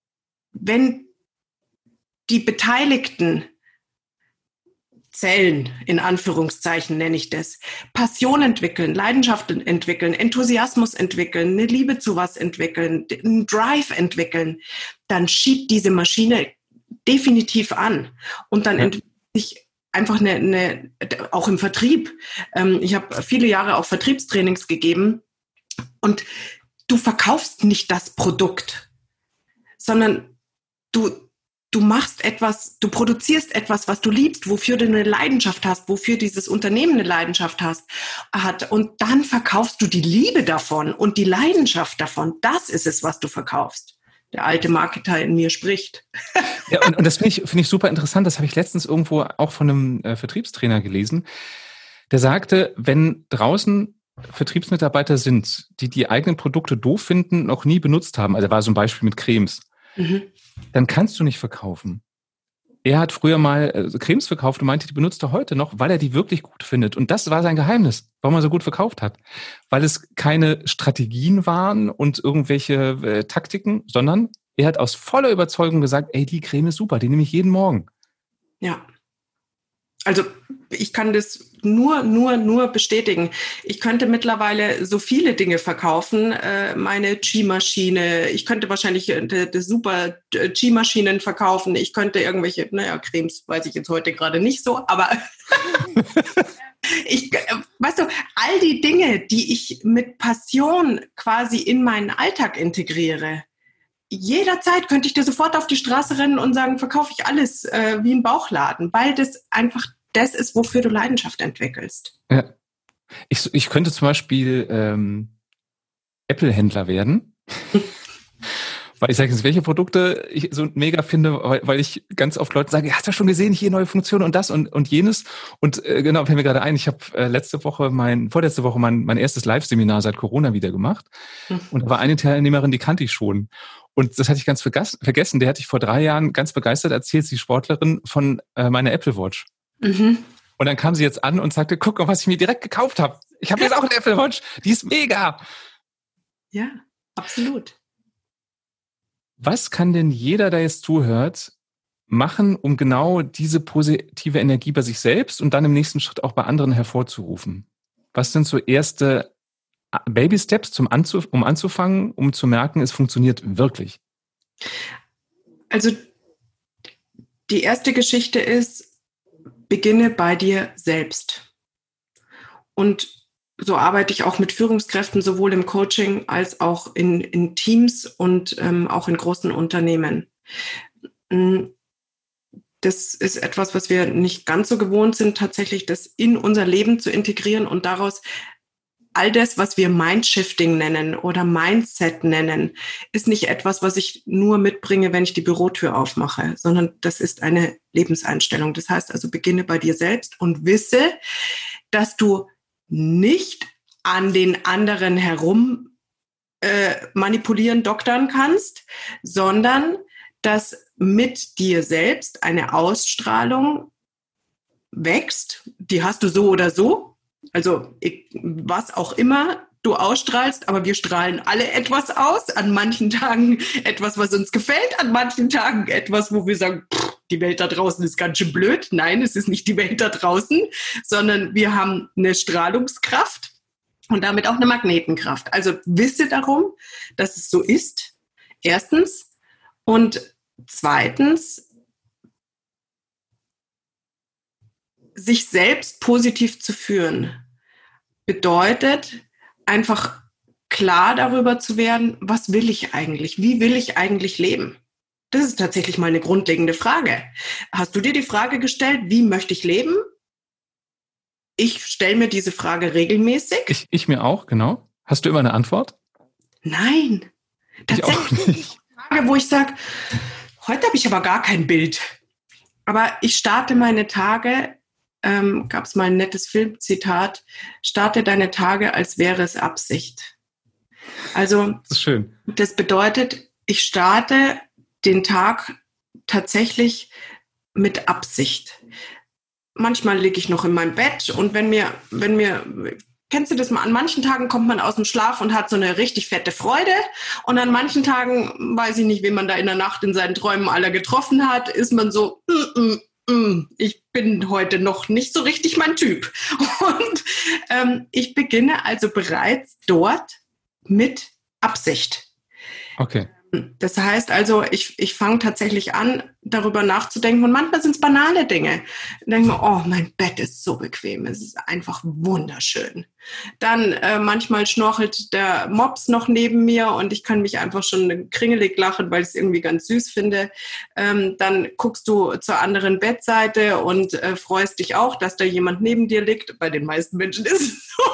die Beteiligten Zellen, in Anführungszeichen nenne ich das, Passion entwickeln, Leidenschaft entwickeln, Enthusiasmus entwickeln, eine Liebe zu was entwickeln, einen Drive entwickeln, dann schiebt diese Maschine definitiv an und dann entwickelt sich einfach auch im Vertrieb. Ich habe viele Jahre auch Vertriebstrainings gegeben und du verkaufst nicht das Produkt, sondern du machst etwas, du produzierst etwas, was du liebst, wofür du eine Leidenschaft hast, wofür dieses Unternehmen eine Leidenschaft hat und dann verkaufst du die Liebe davon und die Leidenschaft davon. Das ist es, was du verkaufst. Der alte Marketer in mir spricht. Ja, und das finde ich super interessant. Das habe ich letztens irgendwo auch von einem Vertriebstrainer gelesen. Der sagte, wenn draußen Vertriebsmitarbeiter sind, die eigenen Produkte doof finden, noch nie benutzt haben, also war so ein Beispiel mit Cremes, dann kannst du nicht verkaufen. Er hat früher mal Cremes verkauft und meinte, die benutzt er heute noch, weil er die wirklich gut findet. Und das war sein Geheimnis, warum er so gut verkauft hat. Weil es keine Strategien waren und irgendwelche Taktiken, sondern er hat aus voller Überzeugung gesagt, ey, die Creme ist super, die nehme ich jeden Morgen. Ja. Also ich kann das nur bestätigen. Ich könnte mittlerweile so viele Dinge verkaufen. Meine Qi-Maschine, ich könnte wahrscheinlich super Qi-Maschinen verkaufen. Ich könnte irgendwelche, Cremes weiß ich jetzt heute gerade nicht so, aber weißt du, all die Dinge, die ich mit Passion quasi in meinen Alltag integriere, jederzeit könnte ich dir sofort auf die Straße rennen und sagen, verkaufe ich alles wie ein Bauchladen, weil das einfach das ist, wofür du Leidenschaft entwickelst. Ja. Ich könnte zum Beispiel Apple-Händler werden. Weil ich sage jetzt, welche Produkte ich so mega finde, weil ich ganz oft Leute sage, ja, hast du schon gesehen, hier neue Funktionen und das und jenes. Und genau, fällt mir gerade ein, ich habe vorletzte Woche mein erstes Live-Seminar seit Corona wieder gemacht. Und da war eine Teilnehmerin, die kannte ich schon. Und das hatte ich ganz vergessen. Der hatte ich vor 3 Jahren ganz begeistert erzählt, die Sportlerin von meiner Apple Watch. Und dann kam sie jetzt an und sagte, guck mal, was ich mir direkt gekauft habe. Ich habe jetzt auch eine Apple Watch. Die ist mega. Ja, absolut. Was kann denn jeder, der jetzt zuhört, machen, um genau diese positive Energie bei sich selbst und dann im nächsten Schritt auch bei anderen hervorzurufen? Was sind so erste Baby-Steps, um anzufangen, um zu merken, es funktioniert wirklich? Also die erste Geschichte ist, beginne bei dir selbst. Und so arbeite ich auch mit Führungskräften, sowohl im Coaching als auch in Teams und auch in großen Unternehmen. Das ist etwas, was wir nicht ganz so gewohnt sind, tatsächlich das in unser Leben zu integrieren und daraus all das, was wir Mindshifting nennen oder Mindset nennen, ist nicht etwas, was ich nur mitbringe, wenn ich die Bürotür aufmache, sondern das ist eine Lebenseinstellung. Das heißt also, beginne bei dir selbst und wisse, dass du nicht an den anderen herum manipulieren, doktern kannst, sondern dass mit dir selbst eine Ausstrahlung wächst. Die hast du so oder so. Also was auch immer du ausstrahlst, aber wir strahlen alle etwas aus. An manchen Tagen etwas, was uns gefällt, an manchen Tagen etwas, wo wir sagen, die Welt da draußen ist ganz schön blöd. Nein, es ist nicht die Welt da draußen, sondern wir haben eine Strahlungskraft und damit auch eine Magnetenkraft. Also wisse darum, dass es so ist, erstens. Und zweitens, sich selbst positiv zu führen, bedeutet einfach klar darüber zu werden, was will ich eigentlich? Wie will ich eigentlich leben? Das ist tatsächlich mal eine grundlegende Frage. Hast du dir die Frage gestellt, wie möchte ich leben? Ich stelle mir diese Frage regelmäßig. Ich mir auch, genau. Hast du immer eine Antwort? Nein. Tatsächlich nicht. Eine Frage, wo ich sage, heute habe ich aber gar kein Bild. Aber ich starte meine Tage, gab es mal ein nettes Filmzitat, starte deine Tage, als wäre es Absicht. Also, das ist schön. Das bedeutet, ich starte den Tag tatsächlich mit Absicht. Manchmal liege ich noch in meinem Bett und wenn mir, kennst du das mal, an manchen Tagen kommt man aus dem Schlaf und hat so eine richtig fette Freude und an manchen Tagen, weiß ich nicht, wen man da in der Nacht in seinen Träumen aller getroffen hat, ist man so, ich bin heute noch nicht so richtig mein Typ. Und ich beginne also bereits dort mit Absicht. Okay. Das heißt also, ich fange tatsächlich an, darüber nachzudenken und manchmal sind es banale Dinge. Ich denke mir, oh, mein Bett ist so bequem, es ist einfach wunderschön. Dann manchmal schnorchelt der Mops noch neben mir und ich kann mich einfach schon kringelig lachen, weil ich es irgendwie ganz süß finde. Dann guckst du zur anderen Bettseite und freust dich auch, dass da jemand neben dir liegt. Bei den meisten Menschen ist es so.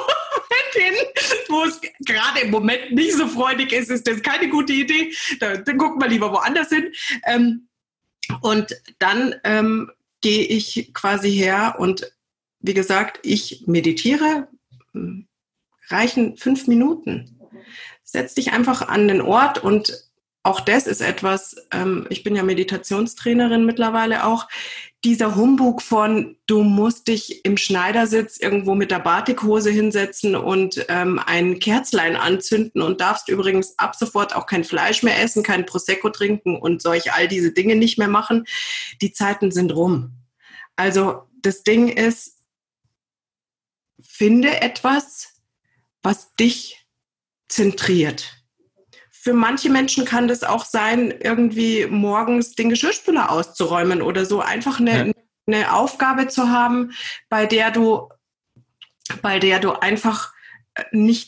Wo es gerade im Moment nicht so freudig ist, ist das keine gute Idee. Dann gucken wir lieber woanders hin. Und dann gehe ich quasi her und wie gesagt, ich meditiere. Reichen 5 Minuten. Setz dich einfach an den Ort und auch das ist etwas, ich bin ja Meditationstrainerin mittlerweile auch, dieser Humbug von, du musst dich im Schneidersitz irgendwo mit der Batikhose hinsetzen und ein Kerzlein anzünden und darfst übrigens ab sofort auch kein Fleisch mehr essen, kein Prosecco trinken und all diese Dinge nicht mehr machen. Die Zeiten sind rum. Also das Ding ist, finde etwas, was dich zentriert. Für manche Menschen kann das auch sein, irgendwie morgens den Geschirrspüler auszuräumen oder so. Einfach eine Aufgabe zu haben, bei der du einfach nicht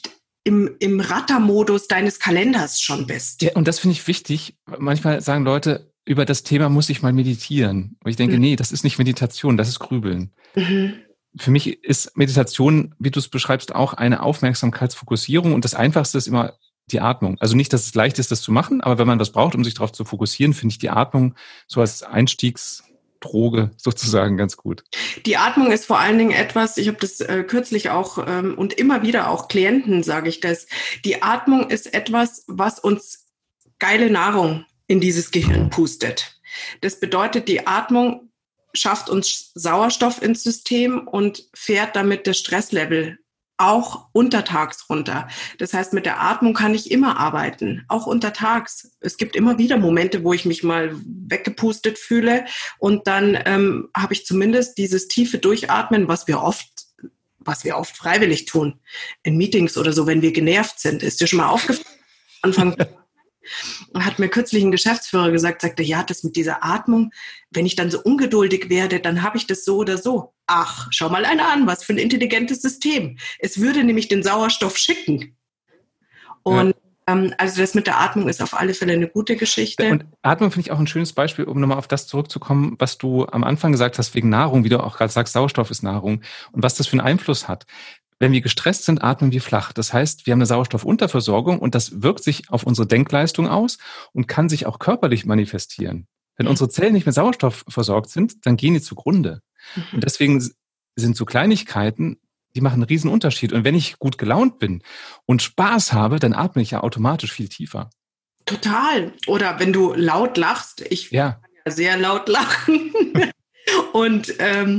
im Rattermodus deines Kalenders schon bist. Ja, und das finde ich wichtig. Manchmal sagen Leute, über das Thema muss ich mal meditieren. Und ich denke, nee, das ist nicht Meditation, das ist Grübeln. Für mich ist Meditation, wie du es beschreibst, auch eine Aufmerksamkeitsfokussierung. Und das Einfachste ist immer die Atmung. Also nicht, dass es leicht ist, das zu machen, aber wenn man was braucht, um sich darauf zu fokussieren, finde ich die Atmung so als Einstiegsdroge sozusagen ganz gut. Die Atmung ist vor allen Dingen etwas, ich habe das kürzlich auch und immer wieder auch Klienten sage ich das, die Atmung ist etwas, was uns geile Nahrung in dieses Gehirn pustet. Das bedeutet, die Atmung schafft uns Sauerstoff ins System und fährt damit das Stresslevel auch untertags runter. Das heißt, mit der Atmung kann ich immer arbeiten, auch untertags. Es gibt immer wieder Momente, wo ich mich mal weggepustet fühle und dann habe ich zumindest dieses tiefe Durchatmen, was wir oft freiwillig tun, in Meetings oder so, wenn wir genervt sind. Ist dir schon mal aufgefallen? Anfang hat mir kürzlich ein Geschäftsführer gesagt, sagte, ja, das mit dieser Atmung, wenn ich dann so ungeduldig werde, dann habe ich das so oder so. Ach, schau mal einer an, was für ein intelligentes System. Es würde nämlich den Sauerstoff schicken. Und also das mit der Atmung ist auf alle Fälle eine gute Geschichte. Und Atmung finde ich auch ein schönes Beispiel, um nochmal auf das zurückzukommen, was du am Anfang gesagt hast, wegen Nahrung, wie du auch gerade sagst, Sauerstoff ist Nahrung und was das für einen Einfluss hat. Wenn wir gestresst sind, atmen wir flach. Das heißt, wir haben eine Sauerstoffunterversorgung und das wirkt sich auf unsere Denkleistung aus und kann sich auch körperlich manifestieren. Wenn unsere Zellen nicht mit Sauerstoff versorgt sind, dann gehen die zugrunde. Und deswegen sind so Kleinigkeiten, die machen einen riesen Unterschied. Und wenn ich gut gelaunt bin und Spaß habe, dann atme ich ja automatisch viel tiefer. Total. Oder wenn du laut lachst, ich kann ja sehr laut lachen. Und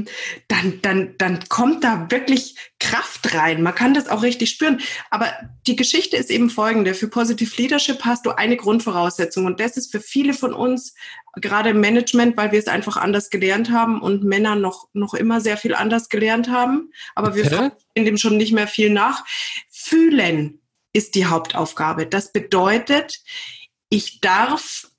dann kommt da wirklich Kraft rein. Man kann das auch richtig spüren. Aber die Geschichte ist eben folgende. Für Positive Leadership hast du eine Grundvoraussetzung. Und das ist für viele von uns, gerade im Management, weil wir es einfach anders gelernt haben und Männer noch immer sehr viel anders gelernt haben. Aber wir fragen in dem schon nicht mehr viel nach. Fühlen ist die Hauptaufgabe. Das bedeutet, ich darf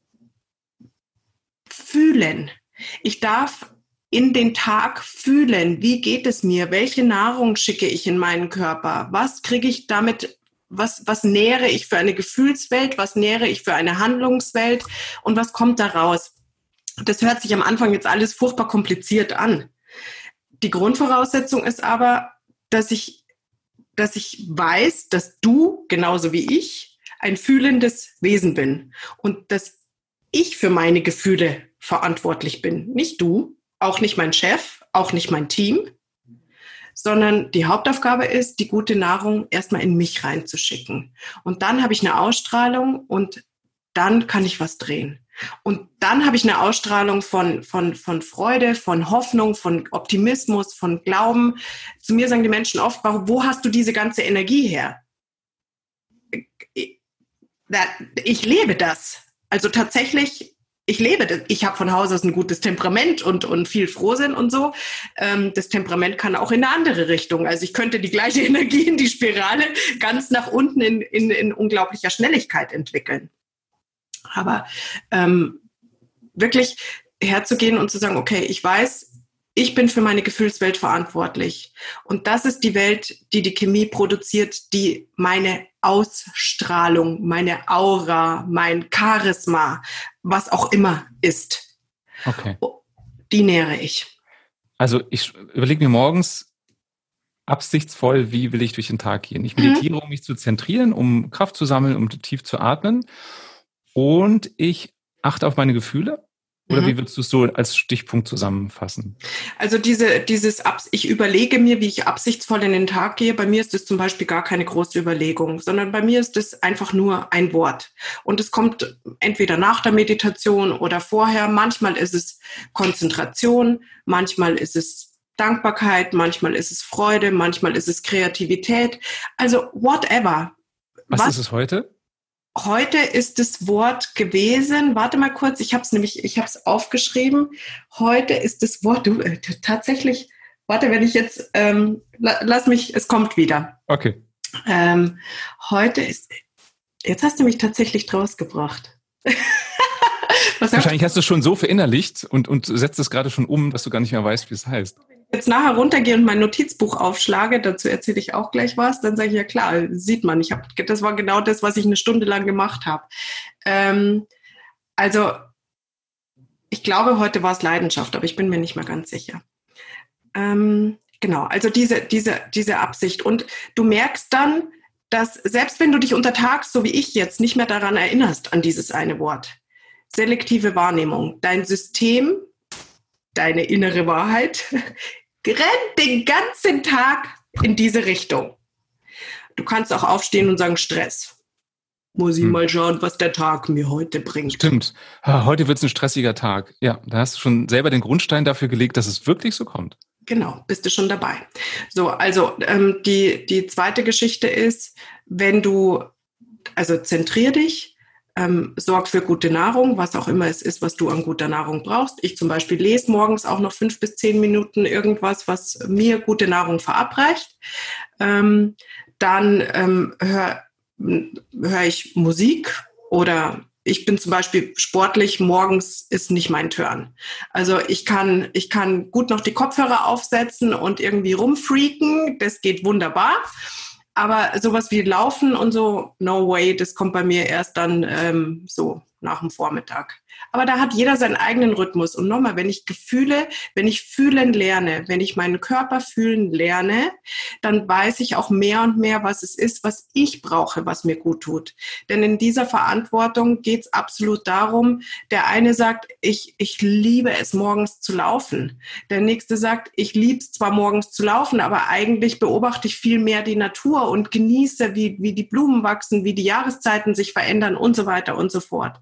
fühlen. Ich darf in den Tag fühlen, wie geht es mir, welche Nahrung schicke ich in meinen Körper, was kriege ich damit, was nähere ich für eine Gefühlswelt, was nähere ich für eine Handlungswelt und was kommt da raus. Das hört sich am Anfang jetzt alles furchtbar kompliziert an. Die Grundvoraussetzung ist aber, dass ich weiß, dass du, genauso wie ich, ein fühlendes Wesen bin und dass ich für meine Gefühle verantwortlich bin, nicht du. Auch nicht mein Chef, auch nicht mein Team, sondern die Hauptaufgabe ist, die gute Nahrung erstmal in mich reinzuschicken. Und dann habe ich eine Ausstrahlung und dann kann ich was drehen. Und dann habe ich eine Ausstrahlung von Freude, von Hoffnung, von Optimismus, von Glauben. Zu mir sagen die Menschen oft, wo hast du diese ganze Energie her? Ich lebe das. Also tatsächlich, ich lebe das. Ich habe von Haus aus ein gutes Temperament und viel Frohsinn und so. Das Temperament kann auch in eine andere Richtung. Also ich könnte die gleiche Energie in die Spirale ganz nach unten in unglaublicher Schnelligkeit entwickeln. Aber wirklich herzugehen und zu sagen, okay, ich weiß, ich bin für meine Gefühlswelt verantwortlich. Und das ist die Welt, die die Chemie produziert, die meine Ausstrahlung, meine Aura, mein Charisma, was auch immer ist. Okay. Die nähere ich. Also ich überlege mir morgens absichtsvoll, wie will ich durch den Tag gehen. Ich meditiere, um mich zu zentrieren, um Kraft zu sammeln, um tief zu atmen. Und ich achte auf meine Gefühle. Oder wie würdest du es so als Stichpunkt zusammenfassen? Also ich überlege mir, wie ich absichtsvoll in den Tag gehe. Bei mir ist das zum Beispiel gar keine große Überlegung, sondern bei mir ist es einfach nur ein Wort. Und es kommt entweder nach der Meditation oder vorher. Manchmal ist es Konzentration, manchmal ist es Dankbarkeit, manchmal ist es Freude, manchmal ist es Kreativität. Also whatever. Was ist es heute? Heute ist das Wort gewesen, warte mal kurz, ich habe es aufgeschrieben. Heute ist das Wort, tatsächlich, warte, wenn ich jetzt, es kommt wieder. Okay. Heute ist, jetzt hast du mich tatsächlich rausgebracht. Wahrscheinlich hast du es schon so verinnerlicht und setzt es gerade schon um, dass du gar nicht mehr weißt, wie es heißt. jetzt nachher runtergehe und mein Notizbuch aufschlage, dazu erzähle ich auch gleich was, dann sage ich, ja klar, sieht man, das war genau das, was ich eine Stunde lang gemacht habe. Also ich glaube, heute war es Leidenschaft, aber ich bin mir nicht mehr ganz sicher. Genau, also diese Absicht. Und du merkst dann, dass selbst wenn du dich untertags, so wie ich jetzt, nicht mehr daran erinnerst, an dieses eine Wort, selektive Wahrnehmung, dein System, deine innere Wahrheit, rennt den ganzen Tag in diese Richtung. Du kannst auch aufstehen und sagen, Stress. Muss ich mal schauen, was der Tag mir heute bringt. Stimmt. Heute wird es ein stressiger Tag. Ja, da hast du schon selber den Grundstein dafür gelegt, dass es wirklich so kommt. Genau, bist du schon dabei. So, also die zweite Geschichte ist, zentrier dich, sorg für gute Nahrung, was auch immer es ist, was du an guter Nahrung brauchst. Ich zum Beispiel lese morgens auch noch 5 bis 10 Minuten irgendwas, was mir gute Nahrung verabreicht. Dann höre ich Musik oder ich bin zum Beispiel sportlich, morgens ist nicht mein Turn. Also ich kann gut noch die Kopfhörer aufsetzen und irgendwie rumfreaken, das geht wunderbar. Aber sowas wie Laufen und so, no way, das kommt bei mir erst dann so nach dem Vormittag. Aber da hat jeder seinen eigenen Rhythmus. Und nochmal, wenn ich fühlen lerne, wenn ich meinen Körper fühlen lerne, dann weiß ich auch mehr und mehr, was es ist, was ich brauche, was mir gut tut. Denn in dieser Verantwortung geht es absolut darum, der eine sagt, ich liebe es, morgens zu laufen. Der nächste sagt, ich liebe es zwar morgens zu laufen, aber eigentlich beobachte ich viel mehr die Natur und genieße, wie die Blumen wachsen, wie die Jahreszeiten sich verändern und so weiter und so fort.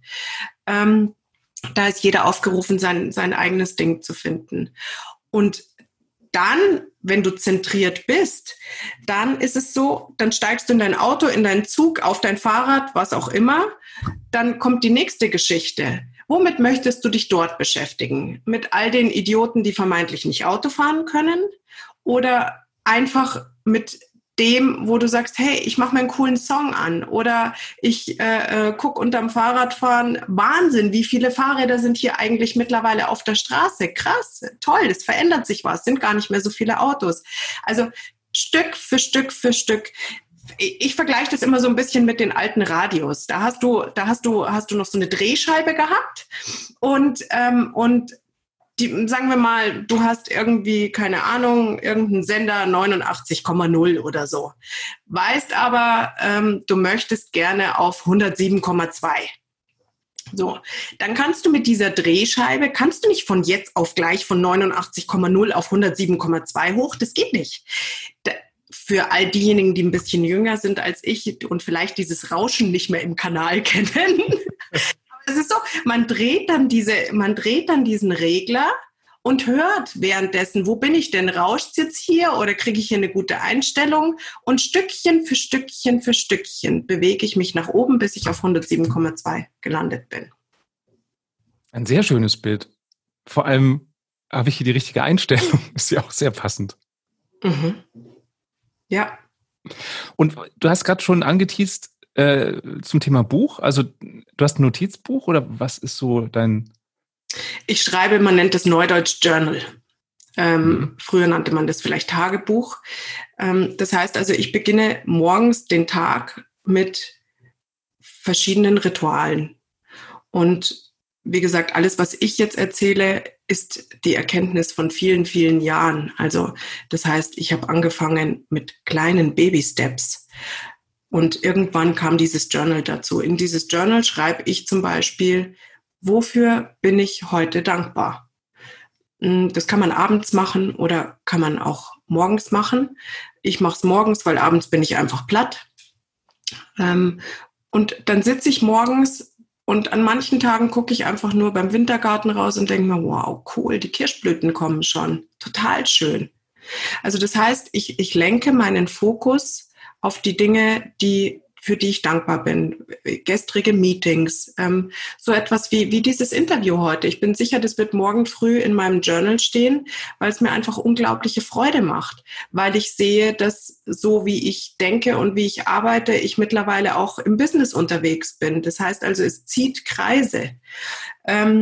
Da ist jeder aufgerufen, sein eigenes Ding zu finden. Und dann, wenn du zentriert bist, dann ist es so, dann steigst du in dein Auto, in deinen Zug, auf dein Fahrrad, was auch immer. Dann kommt die nächste Geschichte. Womit möchtest du dich dort beschäftigen? Mit all den Idioten, die vermeintlich nicht Auto fahren können? Oder einfach mit dem, wo du sagst, hey, ich mache mir einen coolen Song an oder ich gucke unterm Fahrradfahren, Wahnsinn, wie viele Fahrräder sind hier eigentlich mittlerweile auf der Straße, krass, toll, es verändert sich was, sind gar nicht mehr so viele Autos. Also Stück für Stück für Stück. Ich vergleiche das immer so ein bisschen mit den alten Radios. Da hast du noch so eine Drehscheibe gehabt und sagen wir mal, du hast irgendwie, keine Ahnung, irgendeinen Sender 89,0 oder so. Weißt aber, du möchtest gerne auf 107,2. So, dann kannst du mit dieser Drehscheibe, nicht von jetzt auf gleich von 89,0 auf 107,2 hoch, das geht nicht. Für all diejenigen, die ein bisschen jünger sind als ich und vielleicht dieses Rauschen nicht mehr im Kanal kennen, es ist so, man dreht dann diesen Regler und hört währenddessen, wo bin ich denn? Rauscht es jetzt hier oder kriege ich hier eine gute Einstellung? Und Stückchen für Stückchen für Stückchen bewege ich mich nach oben, bis ich auf 107,2 gelandet bin. Ein sehr schönes Bild. Vor allem habe ich hier die richtige Einstellung. Ist ja auch sehr passend. Mhm. Ja. Und du hast gerade schon angeteast, zum Thema Buch, also du hast ein Notizbuch oder was ist so dein... Ich schreibe, man nennt es Neudeutsch Journal. Früher nannte man das vielleicht Tagebuch. Das heißt also, ich beginne morgens den Tag mit verschiedenen Ritualen. Und wie gesagt, alles, was ich jetzt erzähle, ist die Erkenntnis von vielen, vielen Jahren. Also das heißt, ich habe angefangen mit kleinen Baby-Steps. Und irgendwann kam dieses Journal dazu. In dieses Journal schreibe ich zum Beispiel, wofür bin ich heute dankbar? Das kann man abends machen oder kann man auch morgens machen. Ich mache es morgens, weil abends bin ich einfach platt. Und dann sitze ich morgens und an manchen Tagen gucke ich einfach nur beim Wintergarten raus und denke mir, wow, cool, die Kirschblüten kommen schon. Total schön. Also das heißt, ich lenke meinen Fokus auf die Dinge, für die ich dankbar bin. Gestrige Meetings, so etwas wie dieses Interview heute. Ich bin sicher, das wird morgen früh in meinem Journal stehen, weil es mir einfach unglaubliche Freude macht, weil ich sehe, dass so wie ich denke und wie ich arbeite, ich mittlerweile auch im Business unterwegs bin. Das heißt also, es zieht Kreise.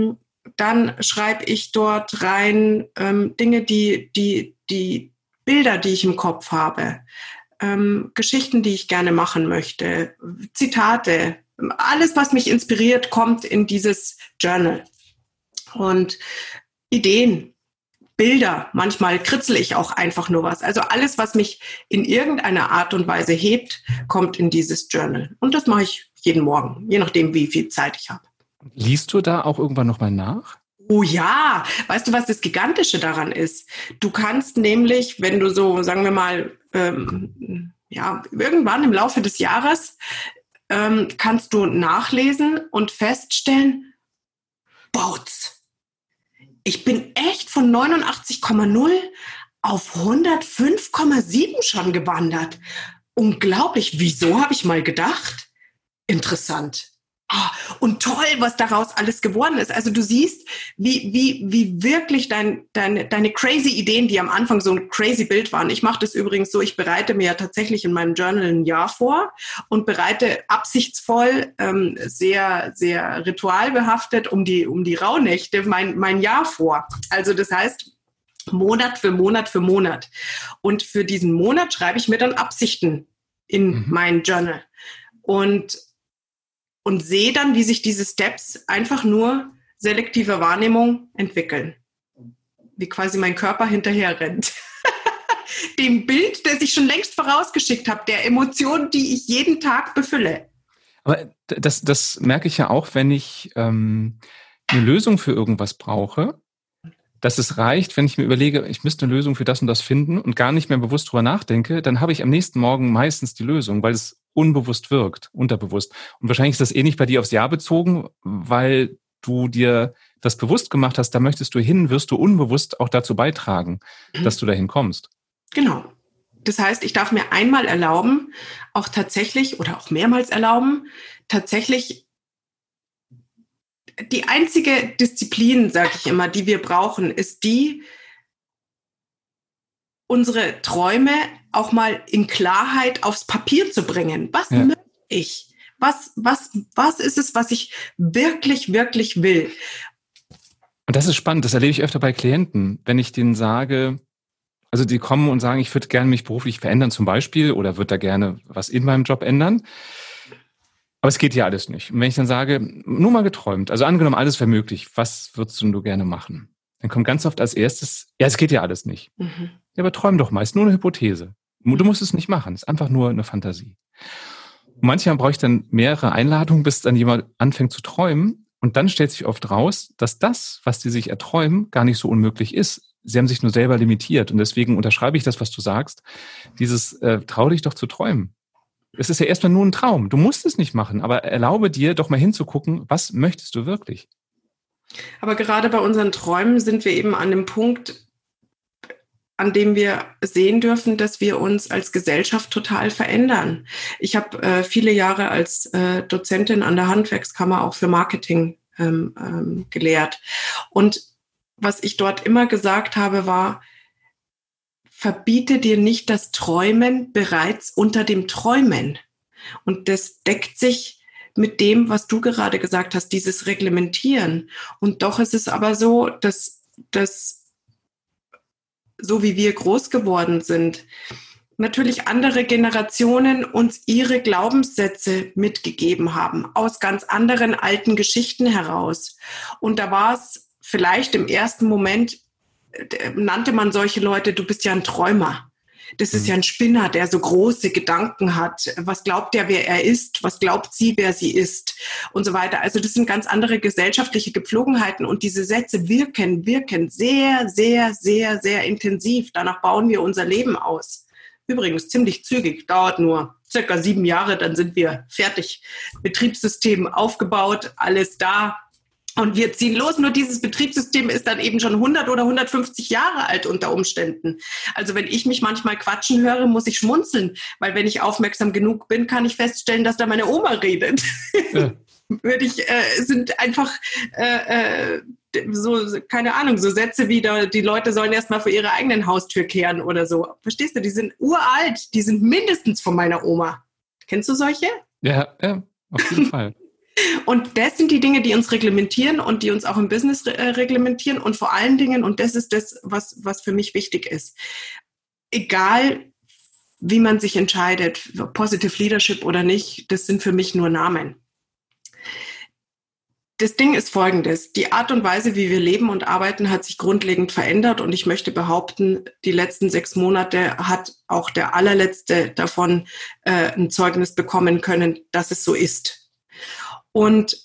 Dann schreibe ich dort rein Dinge, die Bilder, die ich im Kopf habe, Geschichten, die ich gerne machen möchte, Zitate. Alles, was mich inspiriert, kommt in dieses Journal. Und Ideen, Bilder, manchmal kritzel ich auch einfach nur was. Also alles, was mich in irgendeiner Art und Weise hebt, kommt in dieses Journal. Und das mache ich jeden Morgen, je nachdem, wie viel Zeit ich habe. Liest du da auch irgendwann nochmal nach? Oh ja, weißt du, was das Gigantische daran ist? Du kannst nämlich, wenn du so, sagen wir mal, irgendwann im Laufe des Jahres kannst du nachlesen und feststellen, Bautz, ich bin echt von 89,0 auf 105,7 schon gewandert. Unglaublich, wieso habe ich mal gedacht? Interessant. Und toll, was daraus alles geworden ist. Also du siehst, wie wirklich deine crazy Ideen, die am Anfang so ein crazy Bild waren. Ich mache das übrigens so, ich bereite mir ja tatsächlich in meinem Journal ein Jahr vor und bereite absichtsvoll, sehr, sehr ritualbehaftet um die Rauhnächte mein Jahr vor. Also das heißt, Monat für Monat für Monat. Und für diesen Monat schreibe ich mir dann Absichten in mein Journal. Und sehe dann, wie sich diese Steps einfach nur selektive Wahrnehmung entwickeln. Wie quasi mein Körper hinterher rennt. Dem Bild, das ich schon längst vorausgeschickt habe, der Emotionen, die ich jeden Tag befülle. Aber das merke ich ja auch, wenn ich eine Lösung für irgendwas brauche, dass es reicht, wenn ich mir überlege, ich müsste eine Lösung für das und das finden und gar nicht mehr bewusst drüber nachdenke, dann habe ich am nächsten Morgen meistens die Lösung, weil es unbewusst wirkt, unterbewusst. Und wahrscheinlich ist das ähnlich bei dir aufs Jahr bezogen, weil du dir das bewusst gemacht hast, da möchtest du hin, wirst du unbewusst auch dazu beitragen, dass du dahin kommst. Genau. Das heißt, ich darf mir einmal erlauben, auch tatsächlich oder auch mehrmals erlauben, tatsächlich die einzige Disziplin, sage ich immer, die wir brauchen, ist die, unsere Träume auch mal in Klarheit aufs Papier zu bringen. Was möchte ich? Was ist es, was ich wirklich, wirklich will? Und das ist spannend, das erlebe ich öfter bei Klienten, wenn ich denen sage, also die kommen und sagen, ich würde gerne mich beruflich verändern zum Beispiel oder würde da gerne was in meinem Job ändern. Aber es geht ja alles nicht. Und wenn ich dann sage, nur mal geträumt, also angenommen, alles wäre möglich, was würdest du gerne machen? Dann kommt ganz oft als erstes, ja, es geht ja alles nicht. Ja, aber träum doch mal, ist nur eine Hypothese. Du musst es nicht machen, es ist einfach nur eine Fantasie. Und manchmal brauche ich dann mehrere Einladungen, bis dann jemand anfängt zu träumen. Und dann stellt sich oft raus, dass das, was die sich erträumen, gar nicht so unmöglich ist. Sie haben sich nur selber limitiert. Und deswegen unterschreibe ich das, was du sagst, dieses trau dich doch zu träumen. Es ist ja erstmal nur ein Traum. Du musst es nicht machen, aber erlaube dir doch mal hinzugucken, was möchtest du wirklich? Aber gerade bei unseren Träumen sind wir eben an dem Punkt, an dem wir sehen dürfen, dass wir uns als Gesellschaft total verändern. Ich habe viele Jahre als Dozentin an der Handwerkskammer auch für Marketing gelehrt. Und was ich dort immer gesagt habe, war, verbiete dir nicht das Träumen bereits unter dem Träumen. Und das deckt sich mit dem, was du gerade gesagt hast, dieses Reglementieren. Und doch ist es aber so, dass so wie wir groß geworden sind, natürlich andere Generationen uns ihre Glaubenssätze mitgegeben haben, aus ganz anderen alten Geschichten heraus. Und da war es vielleicht im ersten Moment, nannte man solche Leute, du bist ja ein Träumer. Das ist ja ein Spinner, der so große Gedanken hat. Was glaubt er, wer er ist? Was glaubt sie, wer sie ist? Und so weiter. Also das sind ganz andere gesellschaftliche Gepflogenheiten. Und diese Sätze wirken sehr, sehr, sehr, sehr intensiv. Danach bauen wir unser Leben aus. Übrigens ziemlich zügig, dauert nur circa 7 Jahre, dann sind wir fertig. Betriebssystem aufgebaut, alles da. Und wir ziehen los, nur dieses Betriebssystem ist dann eben schon 100 oder 150 Jahre alt unter Umständen. Also wenn ich mich manchmal quatschen höre, muss ich schmunzeln, weil wenn ich aufmerksam genug bin, kann ich feststellen, dass da meine Oma redet. Ja. Sind einfach so, keine Ahnung, so Sätze wie, die Leute sollen erstmal vor ihrer eigenen Haustür kehren oder so. Verstehst du? Die sind uralt, die sind mindestens von meiner Oma. Kennst du solche? Ja, auf jeden Fall. Und das sind die Dinge, die uns reglementieren und die uns auch im Business reglementieren. Und vor allen Dingen, und das ist das, was für mich wichtig ist, egal wie man sich entscheidet, Positive Leadership oder nicht, das sind für mich nur Namen. Das Ding ist folgendes: Die Art und Weise, wie wir leben und arbeiten, hat sich grundlegend verändert. Und ich möchte behaupten, die letzten 6 Monate hat auch der allerletzte davon ein Zeugnis bekommen können, dass es so ist. Und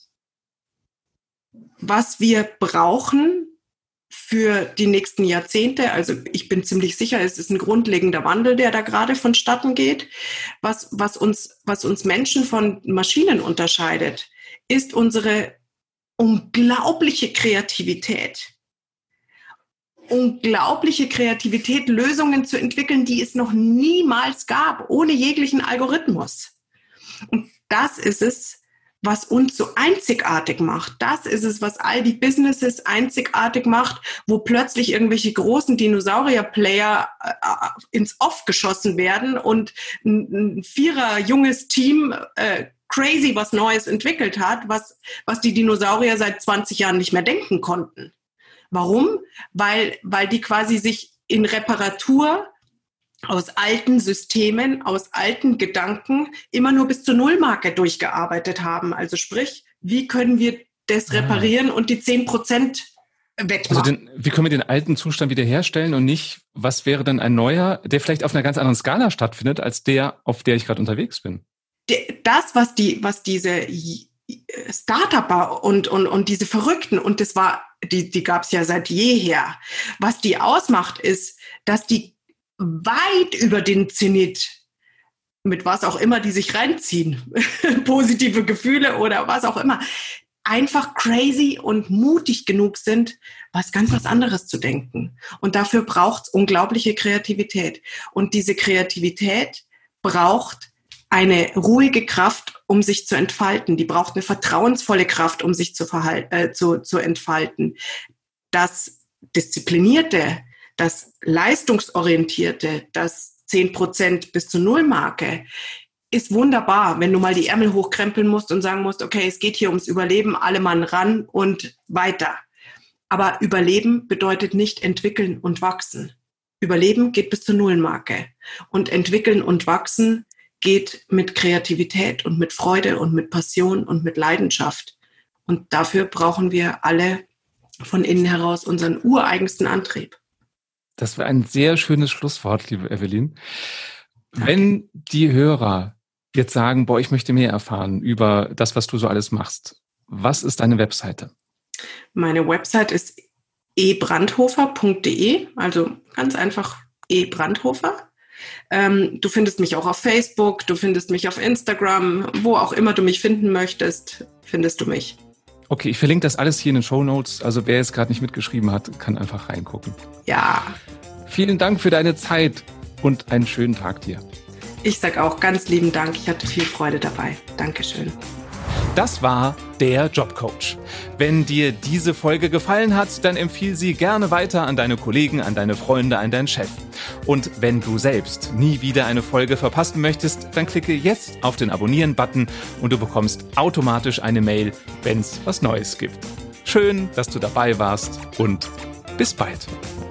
was wir brauchen für die nächsten Jahrzehnte, also ich bin ziemlich sicher, es ist ein grundlegender Wandel, der da gerade vonstatten geht. Was uns Menschen von Maschinen unterscheidet, ist unsere unglaubliche Kreativität. Unglaubliche Kreativität, Lösungen zu entwickeln, die es noch niemals gab, ohne jeglichen Algorithmus. Und das ist es, was uns so einzigartig macht. Das ist es, was all die Businesses einzigartig macht, wo plötzlich irgendwelche großen Dinosaurier-Player ins Off geschossen werden und ein 4er junges Team crazy was Neues entwickelt hat, was die Dinosaurier seit 20 Jahren nicht mehr denken konnten. Warum? Weil die quasi sich in Reparatur aus alten Systemen, aus alten Gedanken immer nur bis zur Nullmarke durchgearbeitet haben. Also sprich, wie können wir das reparieren und die 10% wettmachen? Also wie können wir den alten Zustand wiederherstellen und nicht, was wäre dann ein neuer, der vielleicht auf einer ganz anderen Skala stattfindet, als der, auf der ich gerade unterwegs bin? Das, was diese Startupper und diese Verrückten, und das war, die gab es ja seit jeher, was die ausmacht, ist, dass die weit über den Zenit, mit was auch immer die sich reinziehen, positive Gefühle oder was auch immer, einfach crazy und mutig genug sind, was anderes zu denken. Und dafür braucht es unglaubliche Kreativität. Und diese Kreativität braucht eine ruhige Kraft, um sich zu entfalten. Die braucht eine vertrauensvolle Kraft, um sich zu entfalten. Das Disziplinierte, das Leistungsorientierte, das 10% bis zur Nullmarke ist wunderbar, wenn du mal die Ärmel hochkrempeln musst und sagen musst, okay, es geht hier ums Überleben, alle Mann ran und weiter. Aber Überleben bedeutet nicht entwickeln und wachsen. Überleben geht bis zur Nullmarke. Und entwickeln und wachsen geht mit Kreativität und mit Freude und mit Passion und mit Leidenschaft. Und dafür brauchen wir alle von innen heraus unseren ureigensten Antrieb. Das war ein sehr schönes Schlusswort, liebe Evelyn. Wenn die Hörer jetzt sagen, ich möchte mehr erfahren über das, was du so alles machst, was ist deine Webseite? Meine Website ist ebrandhofer.de, also ganz einfach ebrandhofer. Du findest mich auch auf Facebook, du findest mich auf Instagram, wo auch immer du mich finden möchtest, findest du mich. Okay, ich verlinke das alles hier in den Shownotes. Also wer jetzt gerade nicht mitgeschrieben hat, kann einfach reingucken. Ja. Vielen Dank für deine Zeit und einen schönen Tag dir. Ich sage auch ganz lieben Dank. Ich hatte viel Freude dabei. Dankeschön. Das war der Jobcoach. Wenn dir diese Folge gefallen hat, dann empfiehl sie gerne weiter an deine Kollegen, an deine Freunde, an deinen Chef. Und wenn du selbst nie wieder eine Folge verpassen möchtest, dann klicke jetzt auf den Abonnieren-Button und du bekommst automatisch eine Mail, wenn es was Neues gibt. Schön, dass du dabei warst und bis bald.